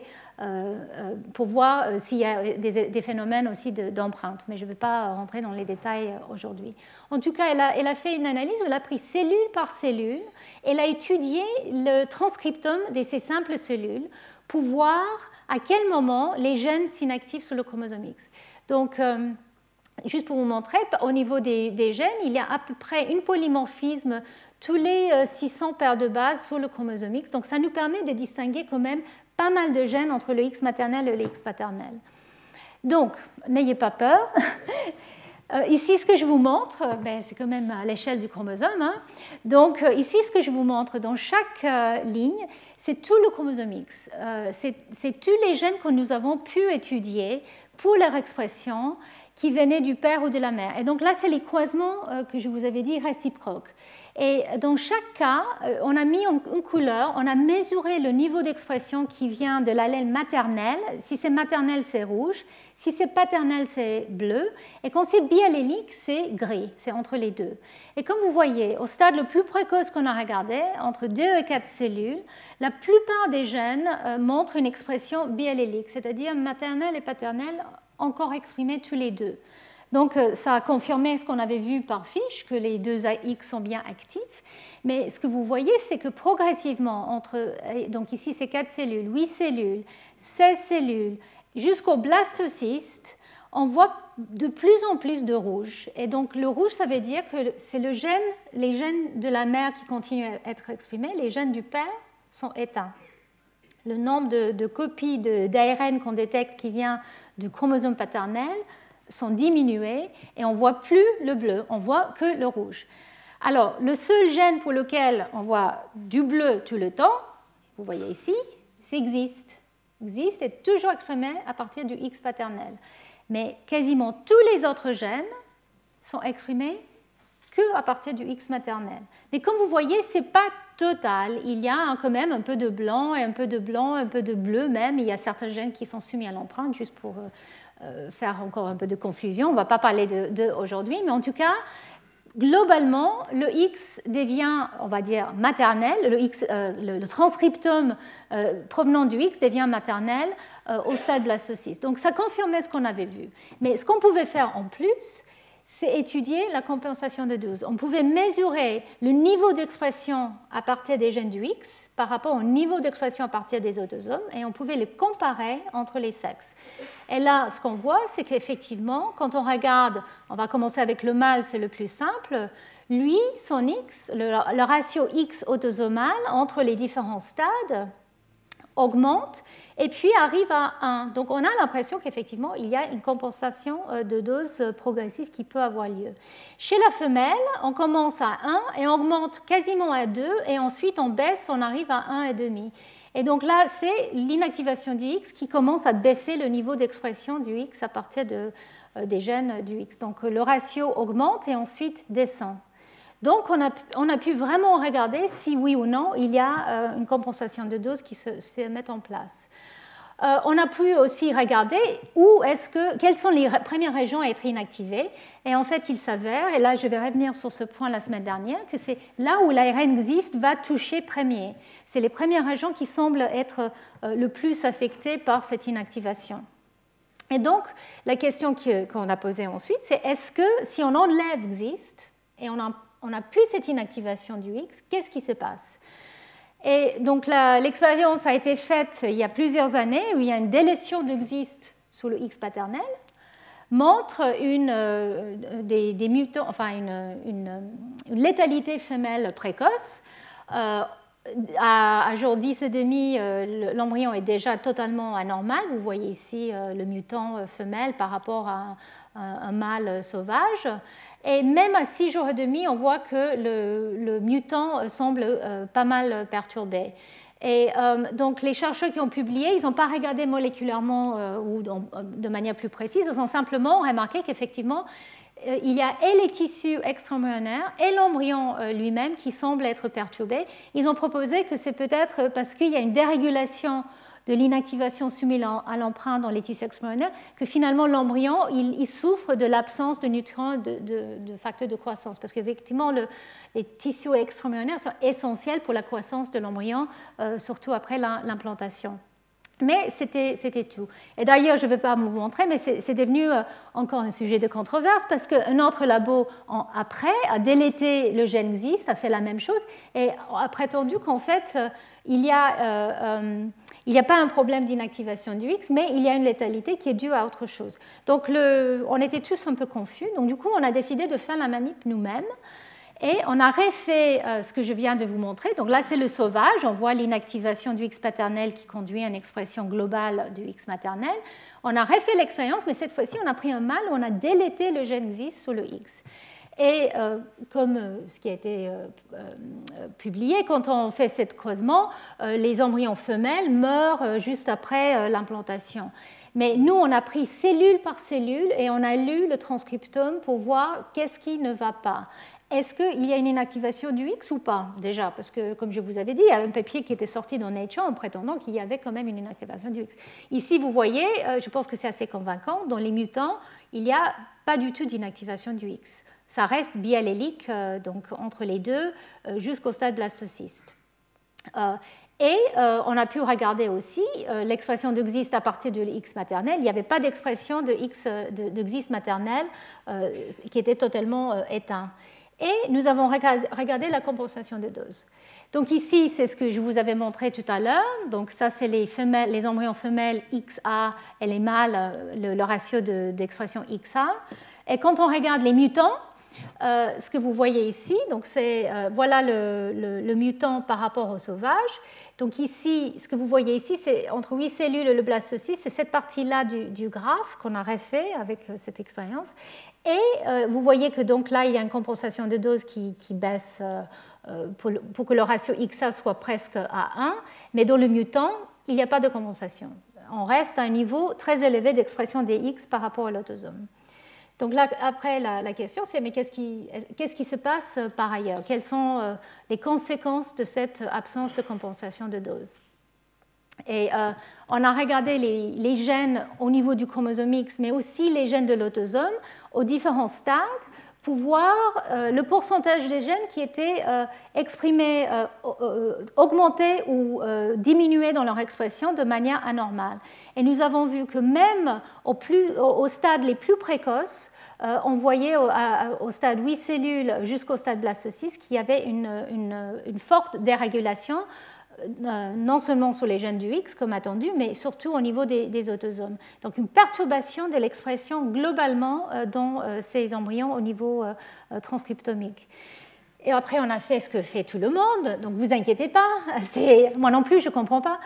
pour voir s'il y a des phénomènes aussi d'empreinte. Mais je ne vais pas rentrer dans les détails aujourd'hui. En tout cas, elle a fait une analyse où elle a pris cellule par cellule, elle a étudié le transcriptome de ces simples cellules pour voir à quel moment les gènes s'inactivent sur le chromosome X. Donc, juste pour vous montrer, au niveau des gènes, il y a à peu près un polymorphisme tous les 600 paires de bases sur le chromosome X. Donc, ça nous permet de distinguer quand même pas mal de gènes entre le X maternel et le X paternel. Donc, n'ayez pas peur. Ici, ce que je vous montre, c'est quand même à l'échelle du chromosome. Hein. Donc, ici, ce que je vous montre dans chaque ligne, c'est tout le chromosome X. C'est tous les gènes que nous avons pu étudier pour leur expression qui venaient du père ou de la mère. Et donc là, c'est les croisements que je vous avais dit réciproques. Et dans chaque cas, on a mis en couleur, on a mesuré le niveau d'expression qui vient de l'allèle maternel. Si c'est maternel, c'est rouge. Si c'est paternel, c'est bleu. Et quand c'est biallélique, c'est gris. C'est entre les deux. Et comme vous voyez, au stade le plus précoce qu'on a regardé, entre 2 et 4 cellules, la plupart des gènes montrent une expression biallélique, c'est-à-dire maternelle et paternelle encore exprimées tous les deux. Donc, ça a confirmé ce qu'on avait vu par fiche, que les deux X sont bien actifs. Mais ce que vous voyez, c'est que progressivement, donc ici c'est 4 cellules, 8 cellules, 16 cellules, jusqu'au blastocyste, on voit de plus en plus de rouge. Et donc le rouge, ça veut dire que c'est les gènes de la mère qui continuent à être exprimés, les gènes du père sont éteints. Le nombre de copies d'ARN qu'on détecte qui vient du chromosome paternel sont diminués et on ne voit plus le bleu, on voit que le rouge. Alors, le seul gène pour lequel on voit du bleu tout le temps, vous voyez ici, c'est existe. Existe est toujours exprimé à partir du X paternel. Mais quasiment tous les autres gènes sont exprimés qu'à partir du X maternel. Mais comme vous voyez, ce n'est pas total. Il y a quand même un peu de blanc et un peu de blanc, un peu de bleu même. Il y a certains gènes qui sont soumis à l'empreinte, juste pour faire encore un peu de confusion. On ne va pas parler d'eux aujourd'hui, mais en tout cas, globalement, le X devient, on va dire, maternel. Le transcriptome provenant du X devient maternel au stade blastocyste. Donc ça confirmait ce qu'on avait vu. Mais ce qu'on pouvait faire en plus, c'est étudier la compensation de dose. On pouvait mesurer le niveau d'expression à partir des gènes du X par rapport au niveau d'expression à partir des autosomes et on pouvait les comparer entre les sexes. Et là, ce qu'on voit, c'est qu'effectivement, quand on regarde, on va commencer avec le mâle, c'est le plus simple, lui, son X, le ratio X autosomal entre les différents stades augmente et puis arrive à 1. Donc on a l'impression qu'effectivement, il y a une compensation de dose progressive qui peut avoir lieu. Chez la femelle, on commence à 1 et on augmente quasiment à 2 et ensuite on baisse, on arrive à 1,5. Et donc là, c'est l'inactivation du X qui commence à baisser le niveau d'expression du X à partir des gènes du X. Donc le ratio augmente et ensuite descend. Donc, on a pu vraiment regarder si oui ou non il y a une compensation de dose qui se met en place. On a pu aussi regarder quelles sont les premières régions à être inactivées. Et en fait, il s'avère, et là je vais revenir sur ce point la semaine dernière, que c'est là où l'ARN existe va toucher premier. C'est les premières régions qui semblent être le plus affectées par cette inactivation. Et donc, la question qu'on a posée ensuite, c'est est-ce que si on enlève existe et on n'a plus cette inactivation du X, qu'est-ce qui se passe? Et donc l'expérience a été faite il y a plusieurs années où il y a une délétion d'existe sous le X paternel, montre des mutants, enfin une létalité femelle précoce. À jour 10 et demi, l'embryon est déjà totalement anormal. Vous voyez ici le mutant femelle par rapport à un mâle sauvage. Et même à 6 jours et demi, on voit que le mutant semble pas mal perturbé. Et donc les chercheurs qui ont publié, ils n'ont pas regardé moléculairement ou de manière plus précise, ils ont simplement remarqué qu'effectivement, il y a et les tissus extra-embryonnaires et l'embryon lui-même qui semblent être perturbés. Ils ont proposé que c'est peut-être parce qu'il y a une dérégulation de l'inactivation soumise à l'empreinte dans les tissus extra-embryonnaires que finalement l'embryon il souffre de l'absence de nutriments, de facteurs de croissance. Parce qu'effectivement, les tissus extra-embryonnaires sont essentiels pour la croissance de l'embryon, surtout après l'implantation. Mais c'était tout. Et d'ailleurs, je ne vais pas vous montrer, mais c'est devenu encore un sujet de controverse parce qu'un autre labo, après, a délété le gène XIS, a fait la même chose, et a prétendu qu'en fait, il n'y a pas un problème d'inactivation du X, mais il y a une létalité qui est due à autre chose. Donc, on était tous un peu confus. Donc, du coup, on a décidé de faire la manip nous-mêmes. Et on a refait ce que je viens de vous montrer. Donc là, c'est le sauvage. On voit l'inactivation du X paternel qui conduit à une expression globale du X maternel. On a refait l'expérience, mais cette fois-ci, on a pris un mâle où on a délété le gène XIS sous le X. Et comme ce qui a été publié, quand on fait ce creusement, les embryons femelles meurent juste après l'implantation. Mais nous, on a pris cellule par cellule et on a lu le transcriptome pour voir qu'est-ce qui ne va pas. Est-ce qu'il y a une inactivation du X ou pas, déjà? Parce que, comme je vous avais dit, il y a un papier qui était sorti dans Nature en prétendant qu'il y avait quand même une inactivation du X. Ici, vous voyez, je pense que c'est assez convaincant, dans les mutants, il n'y a pas du tout d'inactivation du X. Ça reste biallélique, donc entre les deux, jusqu'au stade blastocyste. On a pu regarder aussi l'expression de XIST à partir de X maternel. Il n'y avait pas d'expression de XIST maternel qui était totalement éteint. Et nous avons regardé la compensation de dose. Donc ici, c'est ce que je vous avais montré tout à l'heure. Donc ça, c'est les embryons femelles XA et les mâles, le ratio d'expression XA. Et quand on regarde les mutants, ce que vous voyez ici, donc voilà le mutant par rapport au sauvage. Donc ici, ce que vous voyez ici, c'est entre 8 cellules et le blastocyste, c'est cette partie-là du graphe qu'on a refait avec cette expérience. Et vous voyez que donc là, il y a une compensation de dose qui baisse pour que le ratio XA soit presque à 1, mais dans le mutant, il n'y a pas de compensation. On reste à un niveau très élevé d'expression des X par rapport à l'autosome. Donc là, après, la question, c'est mais qu'est-ce qui se passe par ailleurs? Quelles sont les conséquences de cette absence de compensation de dose? Et on a regardé les gènes au niveau du chromosome X, mais aussi les gènes de l'autosome aux différents stades pour voir le pourcentage des gènes qui étaient exprimés, augmentés ou diminués dans leur expression de manière anormale. Et nous avons vu que même au stade les plus précoces, on voyait au stade 8 cellules jusqu'au stade blastocyste qu'il y avait une forte dérégulation, non seulement sur les gènes du X, comme attendu, mais surtout au niveau des autosomes. Donc une perturbation de l'expression globalement dans ces embryons au niveau transcriptomique. Et après, on a fait ce que fait tout le monde, donc vous inquiétez pas, moi non plus, je ne comprends pas.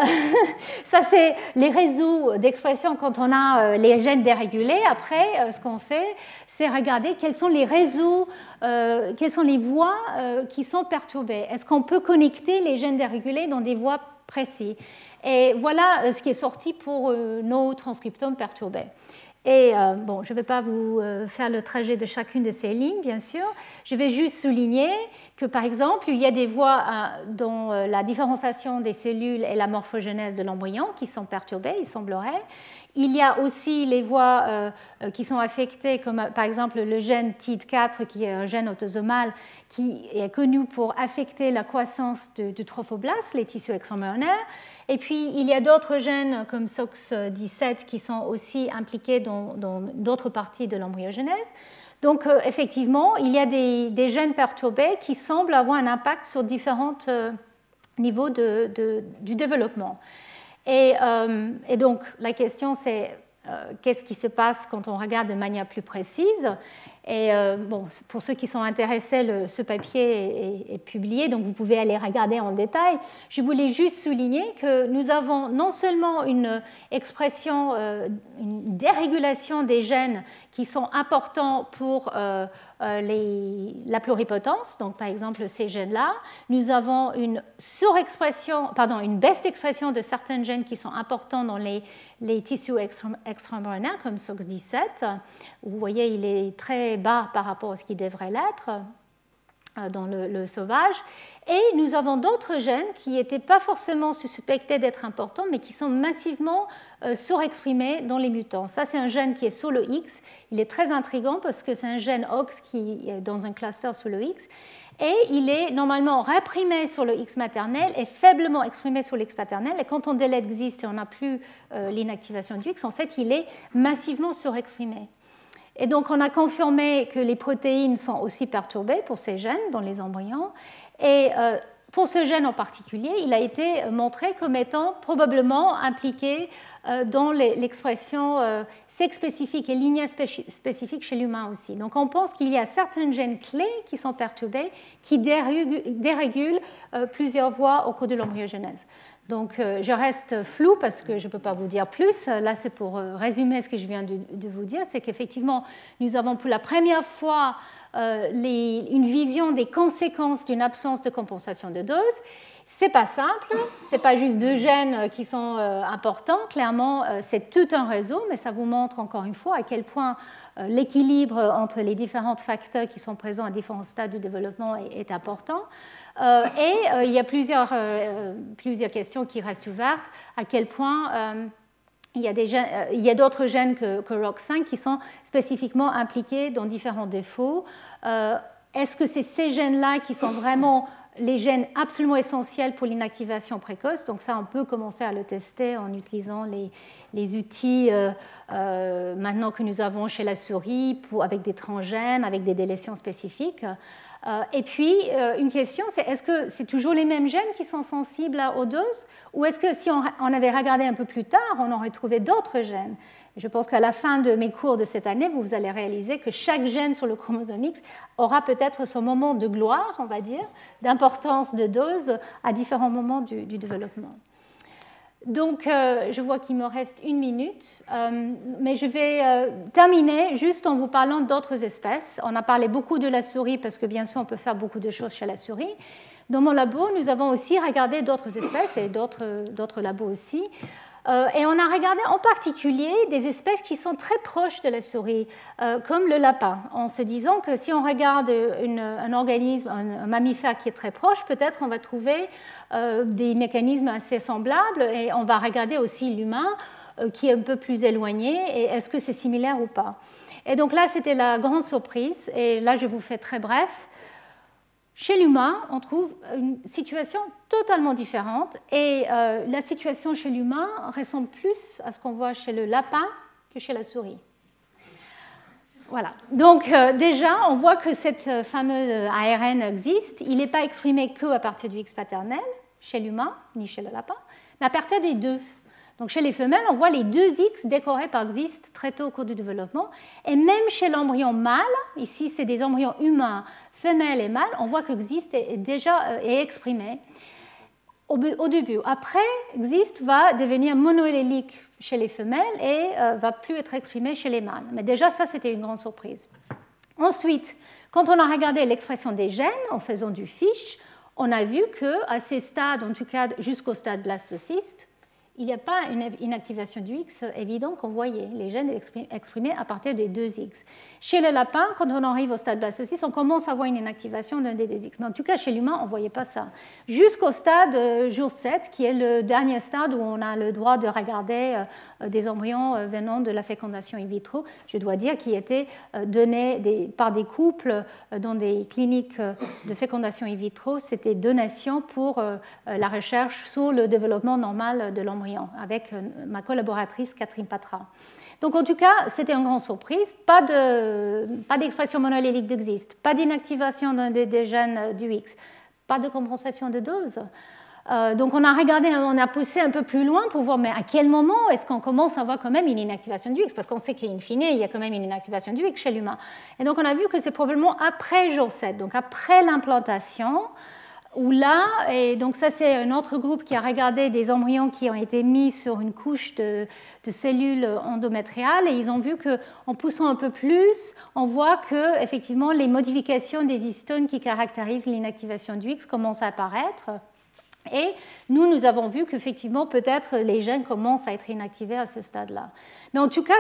Ça, c'est les réseaux d'expression quand on a les gènes dérégulés. Après, ce qu'on fait, c'est regarder quels sont les réseaux, quelles sont les voies qui sont perturbées. Est-ce qu'on peut connecter les gènes dérégulés dans des voies précises? Et voilà ce qui est sorti pour nos transcriptomes perturbés. Et bon, je ne vais pas vous faire le trajet de chacune de ces lignes, bien sûr. Je vais juste souligner que, par exemple, il y a des voies dont la différenciation des cellules et la morphogenèse de l'embryon qui sont perturbées, il semblerait. Il y a aussi les voies qui sont affectées, comme par exemple le gène TID4, qui est un gène autosomal qui est connu pour affecter la croissance du trophoblaste, les tissus extra-embryonnaires. Et puis, il y a d'autres gènes comme SOX17 qui sont aussi impliqués dans d'autres parties de l'embryogenèse. Donc, effectivement, il y a des gènes perturbés qui semblent avoir un impact sur différents niveaux du développement. Et donc, la question, c'est qu'est-ce qui se passe quand on regarde de manière plus précise? Et bon, pour ceux qui sont intéressés, ce papier est publié, donc vous pouvez aller regarder en détail. Je voulais juste souligner que nous avons non seulement une expression, une dérégulation des gènes qui sont importants pour la pluripotence, donc par exemple ces gènes-là, nous avons une baisse d'expression de certains gènes qui sont importants dans les tissus extra-embryonnaires comme SOX17. Vous voyez, il est très bas par rapport à ce qu'il devrait l'être dans le sauvage. Et nous avons d'autres gènes qui n'étaient pas forcément suspectés d'être importants, mais qui sont massivement surexprimés dans les mutants. Ça, c'est un gène qui est sur le X. Il est très intriguant parce que c'est un gène OX qui est dans un cluster sur le X. Et il est normalement réprimé sur le X maternel et faiblement exprimé sur l'X paternel. Et quand on délète XIST et on n'a plus l'inactivation du X, en fait, il est massivement surexprimé. Et donc, on a confirmé que les protéines sont aussi perturbées pour ces gènes dans les embryons. Et pour ce gène en particulier, il a été montré comme étant probablement impliqué dans l'expression sexe spécifique et lignage spécifique chez l'humain aussi. Donc on pense qu'il y a certains gènes clés qui sont perturbés, qui dérégulent plusieurs voies au cours de l'embryogenèse. Donc je reste floue parce que je ne peux pas vous dire plus. Là, c'est pour résumer ce que je viens de vous dire, c'est qu'effectivement, nous avons pour la première fois une vision des conséquences d'une absence de compensation de dose. Ce n'est pas simple, ce n'est pas juste deux gènes qui sont importants. Clairement, c'est tout un réseau, mais ça vous montre encore une fois à quel point l'équilibre entre les différents facteurs qui sont présents à différents stades du développement est important. Et il y a plusieurs questions qui restent ouvertes. À quel point il y a d'autres gènes que ROX5 qui sont spécifiquement impliqués dans différents défauts. Est-ce que c'est ces gènes-là qui sont vraiment les gènes absolument essentiels pour l'inactivation précoce. Donc ça, on peut commencer à le tester en utilisant les outils maintenant que nous avons chez la souris avec des transgènes, avec des délétions spécifiques. Et puis, une question, c'est est-ce que c'est toujours les mêmes gènes qui sont sensibles aux doses, ou est-ce que si on avait regardé un peu plus tard, on aurait trouvé d'autres gènes? Je pense qu'à la fin de mes cours de cette année, vous allez réaliser que chaque gène sur le chromosome X aura peut-être son moment de gloire, on va dire, d'importance de dose à différents moments du développement. Donc, je vois qu'il me reste 1 minute, mais je vais terminer juste en vous parlant d'autres espèces. On a parlé beaucoup de la souris parce que, bien sûr, on peut faire beaucoup de choses chez la souris. Dans mon labo, nous avons aussi regardé d'autres espèces et d'autres labos aussi. Et on a regardé en particulier des espèces qui sont très proches de la souris, comme le lapin, en se disant que si on regarde un organisme, un mammifère qui est très proche, peut-être on va trouver des mécanismes assez semblables, et on va regarder aussi l'humain qui est un peu plus éloigné, et est-ce que c'est similaire ou pas. Et donc là, c'était la grande surprise, et là, je vous fais très bref. Chez l'humain, on trouve une situation totalement différente, et la situation chez l'humain ressemble plus à ce qu'on voit chez le lapin que chez la souris. Voilà. Donc déjà, on voit que cette fameuse ARN existe. Il n'est pas exprimé qu'à partir du X paternel chez l'humain, ni chez le lapin, mais à partir des deux. Donc chez les femelles, on voit les deux X décorés par XIST très tôt au cours du développement. Et même chez l'embryon mâle, ici c'est des embryons humains, femelles et mâles, on voit que XIST est déjà exprimé au début. Après, XIST va devenir monoallélique chez les femelles et va plus être exprimé chez les mâles. Mais déjà, ça, c'était une grande surprise. Ensuite, quand on a regardé l'expression des gènes en faisant du FISH, on a vu qu'à ces stades, en tout cas jusqu'au stade blastocyste, il n'y a pas une inactivation du X évidente qu'on voyait, les gènes exprimés à partir des deux X. Chez le lapin, quand on arrive au stade blastocyste, on commence à voir une inactivation d'un des X. Mais en tout cas, chez l'humain, on ne voyait pas ça. Jusqu'au stade jour 7, qui est le dernier stade où on a le droit de regarder des embryons venant de la fécondation in vitro, je dois dire, qui étaient donnés par des couples dans des cliniques de fécondation in vitro. C'était donation pour la recherche sur le développement normal de l'embryon, avec ma collaboratrice Catherine Patra. Donc en tout cas, c'était une grande surprise. Pas d'expression monoallélique de XIST, pas d'inactivation des gènes du X, pas de compensation de dose. Donc on a regardé, on a poussé un peu plus loin pour voir mais à quel moment est-ce qu'on commence à voir quand même une inactivation du X, parce qu'on sait qu'in fine, il y a quand même une inactivation du X chez l'humain. Et donc on a vu que c'est probablement après jour 7, donc après l'implantation, où là, et donc ça c'est un autre groupe qui a regardé des embryons qui ont été mis sur une couche de cellules endométriales, et ils ont vu qu'en poussant un peu plus, on voit que effectivement les modifications des histones qui caractérisent l'inactivation du X commencent à apparaître. Et nous avons vu qu'effectivement, peut-être les gènes commencent à être inactivés à ce stade-là. Mais en tout cas,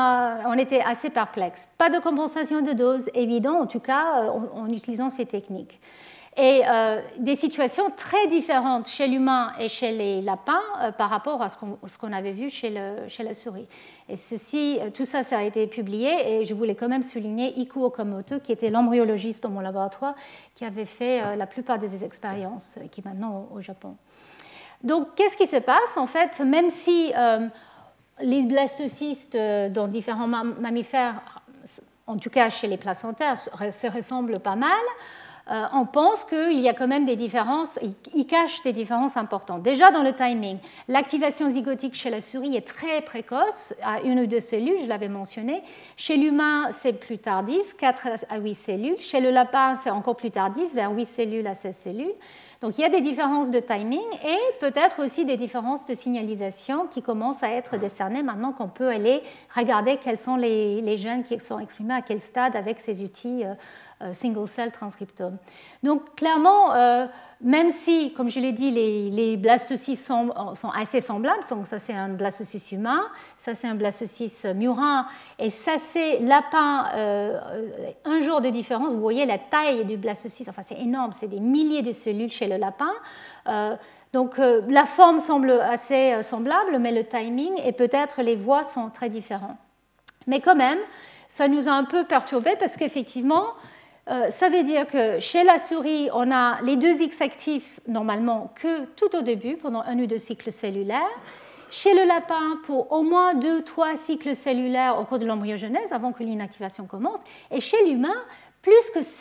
on était assez perplexes. Pas de compensation de dose évidente, en tout cas, en utilisant ces techniques. Et des situations très différentes chez l'humain et chez les lapins par rapport à ce qu'on avait vu chez la souris. Et tout ça, ça a été publié, et je voulais quand même souligner Ikuo Okamoto, qui était l'embryologiste dans mon laboratoire, qui avait fait la plupart des expériences, qui est maintenant au Japon. Donc, qu'est-ce qui se passe? En fait, même si les blastocystes dans différents mammifères, en tout cas chez les placentaires, se ressemblent pas mal, on pense qu'il y a quand même des différences, ils cachent des différences importantes. Déjà dans le timing, l'activation zygotique chez la souris est très précoce, à 1 ou 2 cellules, je l'avais mentionné. Chez l'humain, c'est plus tardif, 4 à 8 cellules. Chez le lapin, c'est encore plus tardif, vers 8 cellules à 16 cellules. Donc il y a des différences de timing et peut-être aussi des différences de signalisation qui commencent à être décernées maintenant qu'on peut aller regarder quels sont les gènes qui sont exprimés à quel stade avec ces outils single-cell transcriptome. Donc clairement, même si, comme je l'ai dit, les blastocystes sont assez semblables, donc ça c'est un blastocyste humain, ça c'est un blastocyste murin, et ça c'est lapin, un jour de différence, vous voyez la taille du blastocyste, enfin c'est énorme, c'est des milliers de cellules chez le lapin. Donc la forme semble assez semblable, mais le timing et peut-être les voies sont très différents. Mais quand même, ça nous a un peu perturbés parce qu'effectivement, Ça veut dire que chez la souris, on a les 2 X actifs normalement que tout au début, pendant 1 ou 2 cycles cellulaires. Chez le lapin, pour au moins 2-3 cycles cellulaires au cours de l'embryogenèse, avant que l'inactivation commence. Et chez l'humain, plus que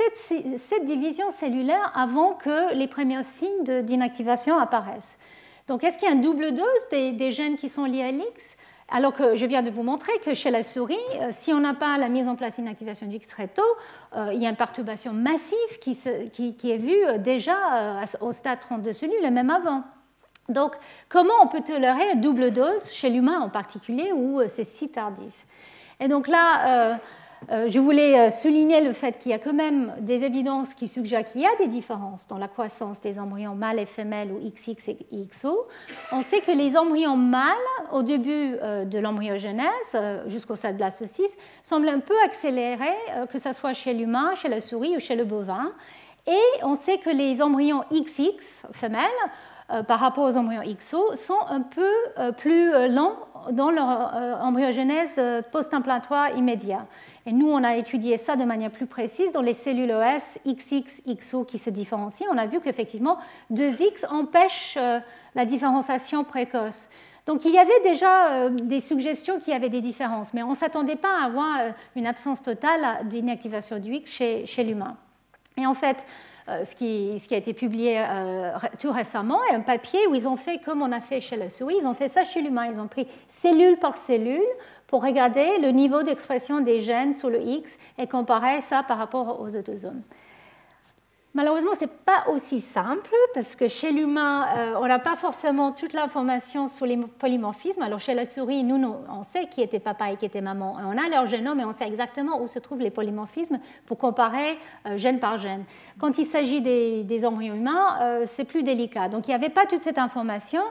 7 divisions cellulaires avant que les premiers signes d'inactivation apparaissent. Donc, est-ce qu'il y a une double dose des gènes qui sont liés à l'X? Alors que je viens de vous montrer que chez la souris, si on n'a pas la mise en place d'inactivation du X très tôt, il y a une perturbation massive qui est vue déjà au stade 32 cellules et même avant. Donc, comment on peut tolérer une double dose chez l'humain en particulier où c'est si tardif? Et donc là, je voulais souligner le fait qu'il y a quand même des évidences qui suggèrent qu'il y a des différences dans la croissance des embryons mâles et femelles ou XX et XO. On sait que les embryons mâles, au début de l'embryogenèse, jusqu'au stade blastocyste, semblent un peu accélérés, que ce soit chez l'humain, chez la souris ou chez le bovin. Et on sait que les embryons XX, femelles, par rapport aux embryons XO, sont un peu plus lents dans leur embryogenèse post-implantoire immédiat. Et nous, on a étudié ça de manière plus précise dans les cellules OS XX, XO qui se différencient. On a vu qu'effectivement, 2X empêchent la différenciation précoce. Donc, il y avait déjà des suggestions qu'il y avait des différences, mais on ne s'attendait pas à avoir une absence totale d'inactivation du X chez l'humain. Et en fait, ce qui a été publié tout récemment est un papier où ils ont fait comme on a fait chez la souris, ils ont fait ça chez l'humain. Ils ont pris cellule par cellule pour regarder le niveau d'expression des gènes sur le X et comparer ça par rapport aux autosomes. Malheureusement, ce n'est pas aussi simple parce que chez l'humain, on n'a pas forcément toute l'information sur les polymorphismes. Alors chez la souris, nous on sait qui était papa et qui était maman. On a leur génome et on sait exactement où se trouvent les polymorphismes pour comparer gène par gène. Quand il s'agit des embryons humains, c'est plus délicat. Donc il n'y avait pas toute cette information.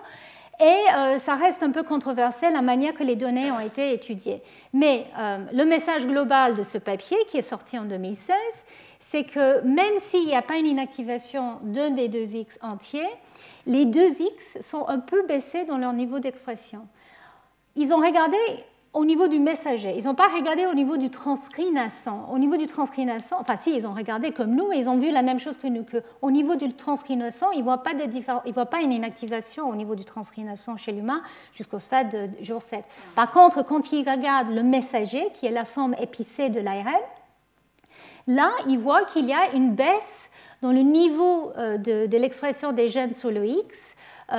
Et ça reste un peu controversé la manière que les données ont été étudiées. Mais le message global de ce papier, qui est sorti en 2016, c'est que même s'il n'y a pas une inactivation d'un des 2X entiers, les 2X sont un peu baissés dans leur niveau d'expression. Ils ont regardé au niveau du messager, ils n'ont pas regardé au niveau du transcrit naissant. Au niveau du transcrit naissant, enfin si, ils ont regardé comme nous, mais ils ont vu la même chose que nous, qu'au niveau du transcrit naissant, ils ne voient pas une inactivation au niveau du transcrit naissant chez l'humain jusqu'au stade de jour 7. Par contre, quand ils regardent le messager, qui est la forme épicée de l'ARN, là, ils voient qu'il y a une baisse dans le niveau de l'expression des gènes sur le X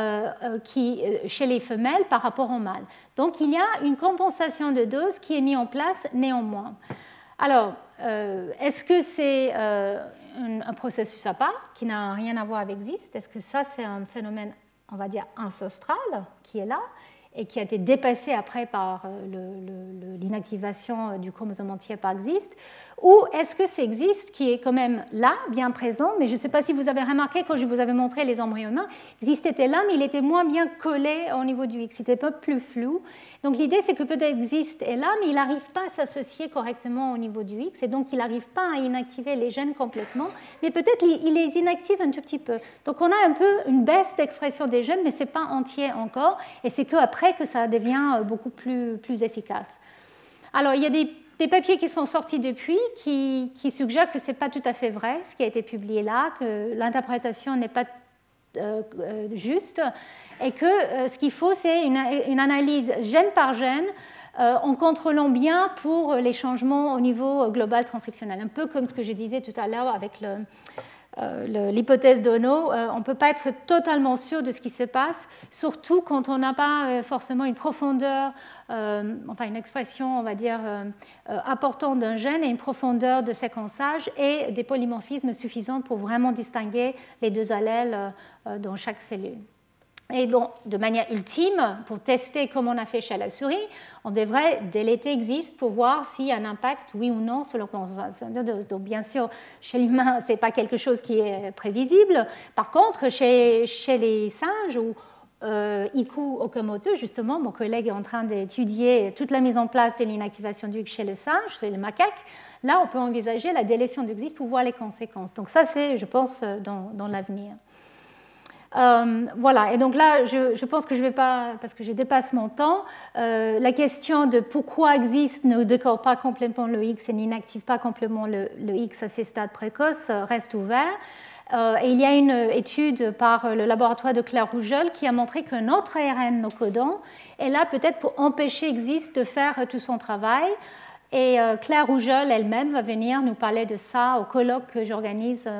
chez les femelles par rapport aux mâles. Donc, il y a une compensation de dose qui est mise en place néanmoins. Alors, est-ce que c'est un processus à part qui n'a rien à voir avec XIST? Est-ce que ça, c'est un phénomène, on va dire, ancestral qui est là et qui a été dépassé après par l'inactivation du chromosome entier par XIST? Ou est-ce que c'est XIST qui est quand même là, bien présent, mais je ne sais pas si vous avez remarqué quand je vous avais montré les embryons humains, XIST était là, mais il était moins bien collé au niveau du X, il était pas plus flou. Donc l'idée, c'est que peut-être XIST est là, mais il n'arrive pas à s'associer correctement au niveau du X, et donc il n'arrive pas à inactiver les gènes complètement, mais peut-être il les inactive un tout petit peu. Donc on a un peu une baisse d'expression des gènes, mais ce n'est pas entier encore, et c'est qu'après que ça devient beaucoup plus efficace. Alors il y a des papiers qui sont sortis depuis qui suggèrent que ce n'est pas tout à fait vrai, ce qui a été publié là, que l'interprétation n'est pas juste, et que ce qu'il faut, c'est une analyse gène par gène en contrôlant bien pour les changements au niveau global transcriptionnel. Un peu comme ce que je disais tout à l'heure avec l'hypothèse d'Ono, on ne peut pas être totalement sûr de ce qui se passe, surtout quand on n'a pas forcément une profondeur, enfin une expression, on va dire, importante d'un gène et une profondeur de séquençage et des polymorphismes suffisants pour vraiment distinguer les deux allèles dans chaque cellule. Et donc, de manière ultime, pour tester comme on a fait chez la souris, on devrait déléter XIST pour voir s'il y a un impact, oui ou non, sur la concentration de dose. Donc, bien sûr, chez l'humain, ce n'est pas quelque chose qui est prévisible. Par contre, chez les singes ou Iku Okamoto, justement, mon collègue est en train d'étudier toute la mise en place de l'inactivation du X chez le singe, chez le macaque. Là, on peut envisager la délétion de XIST pour voir les conséquences. Donc, ça, c'est, je pense, dans l'avenir. Voilà, et donc là, je pense que je ne vais pas, parce que je dépasse mon temps, la question de pourquoi X ne décore pas complètement le X et n'inactive pas complètement le X à ces stades précoces reste ouvert. Et il y a une étude par le laboratoire de Claire Rougeol qui a montré qu'un autre ARN non codant est là peut-être pour empêcher X de faire tout son travail. Et Claire Rougeol elle-même va venir nous parler de ça au colloque que j'organise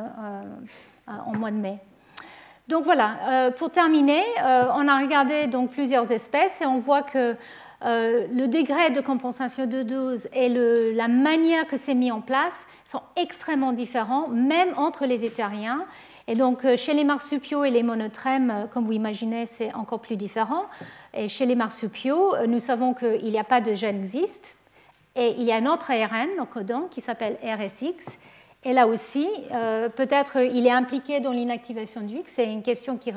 en mois de mai. Donc voilà, pour terminer, on a regardé donc plusieurs espèces et on voit que le degré de compensation de dose et la manière que c'est mis en place sont extrêmement différents, même entre les éthériens. Et donc, chez les marsupiaux et les monotrèmes, comme vous imaginez, c'est encore plus différent. Et chez les marsupiaux, nous savons qu'il n'y a pas de gène XIST. Et il y a un autre ARN non codant qui s'appelle RSX. Et là aussi, peut-être il est impliqué dans l'inactivation du X. C'est une question qui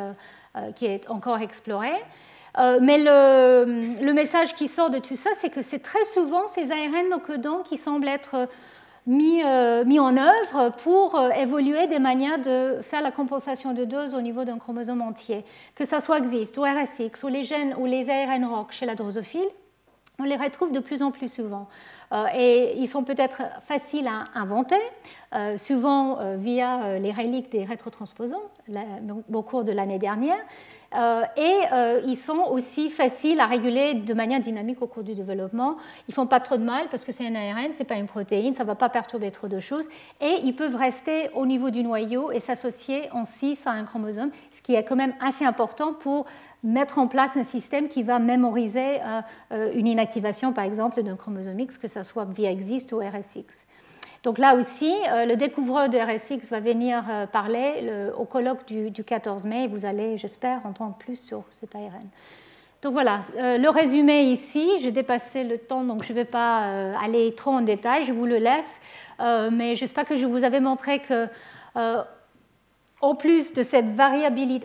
est encore explorée. Mais le message qui sort de tout ça, c'est que c'est très souvent ces ARN non codants qui semblent être mis en œuvre pour évoluer des manières de faire la compensation de dose au niveau d'un chromosome entier. Que ça soit XIST ou RSX ou les gènes ou les ARN ROC chez la drosophile, on les retrouve de plus en plus souvent. Et ils sont peut-être faciles à inventer, souvent via les reliques des rétrotransposons au cours de l'année dernière. Et ils sont aussi faciles à réguler de manière dynamique au cours du développement. Ils ne font pas trop de mal parce que c'est un ARN, ce n'est pas une protéine, ça ne va pas perturber trop de choses. Et ils peuvent rester au niveau du noyau et s'associer en cis à un chromosome, ce qui est quand même assez important pour mettre en place un système qui va mémoriser une inactivation, par exemple, d'un chromosome X, que ce soit via XIST ou RSX. Donc là aussi, le découvreur de RSX va venir parler au colloque du 14 mai et vous allez, j'espère, entendre plus sur cet ARN. Donc voilà, le résumé ici, j'ai dépassé le temps, donc je ne vais pas aller trop en détail, je vous le laisse, mais j'espère que je vous avais montré que en plus de cette variabilité,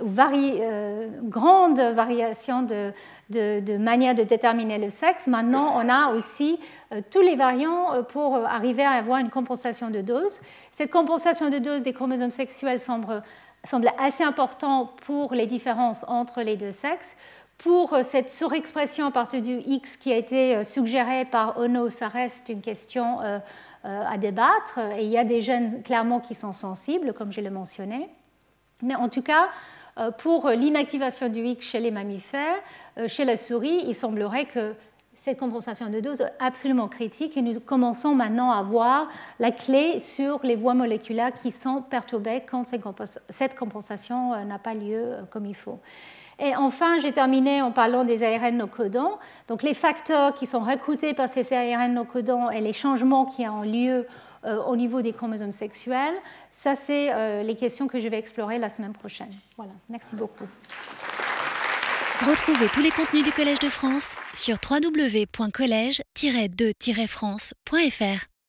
grande variation de manière de déterminer le sexe, maintenant on a aussi tous les variants pour arriver à avoir une compensation de dose. Cette compensation de dose des chromosomes sexuels semble assez importante pour les différences entre les deux sexes. Pour cette surexpression à partir du X qui a été suggérée par Ono, ça reste une question à débattre. Et il y a des gènes clairement qui sont sensibles, comme je l'ai mentionné. Mais en tout cas, pour l'inactivation du X chez les mammifères, chez la souris, il semblerait que cette compensation de dose est absolument critique et nous commençons maintenant à voir la clé sur les voies moléculaires qui sont perturbées quand cette compensation n'a pas lieu comme il faut. Et enfin, j'ai terminé en parlant des ARN non codants. Donc les facteurs qui sont recrutés par ces ARN non codants et les changements qui ont lieu au niveau des chromosomes sexuels, ça c'est les questions que je vais explorer la semaine prochaine. Voilà, merci beaucoup. Retrouvez tous les contenus du Collège de France sur www.college-2-france.fr.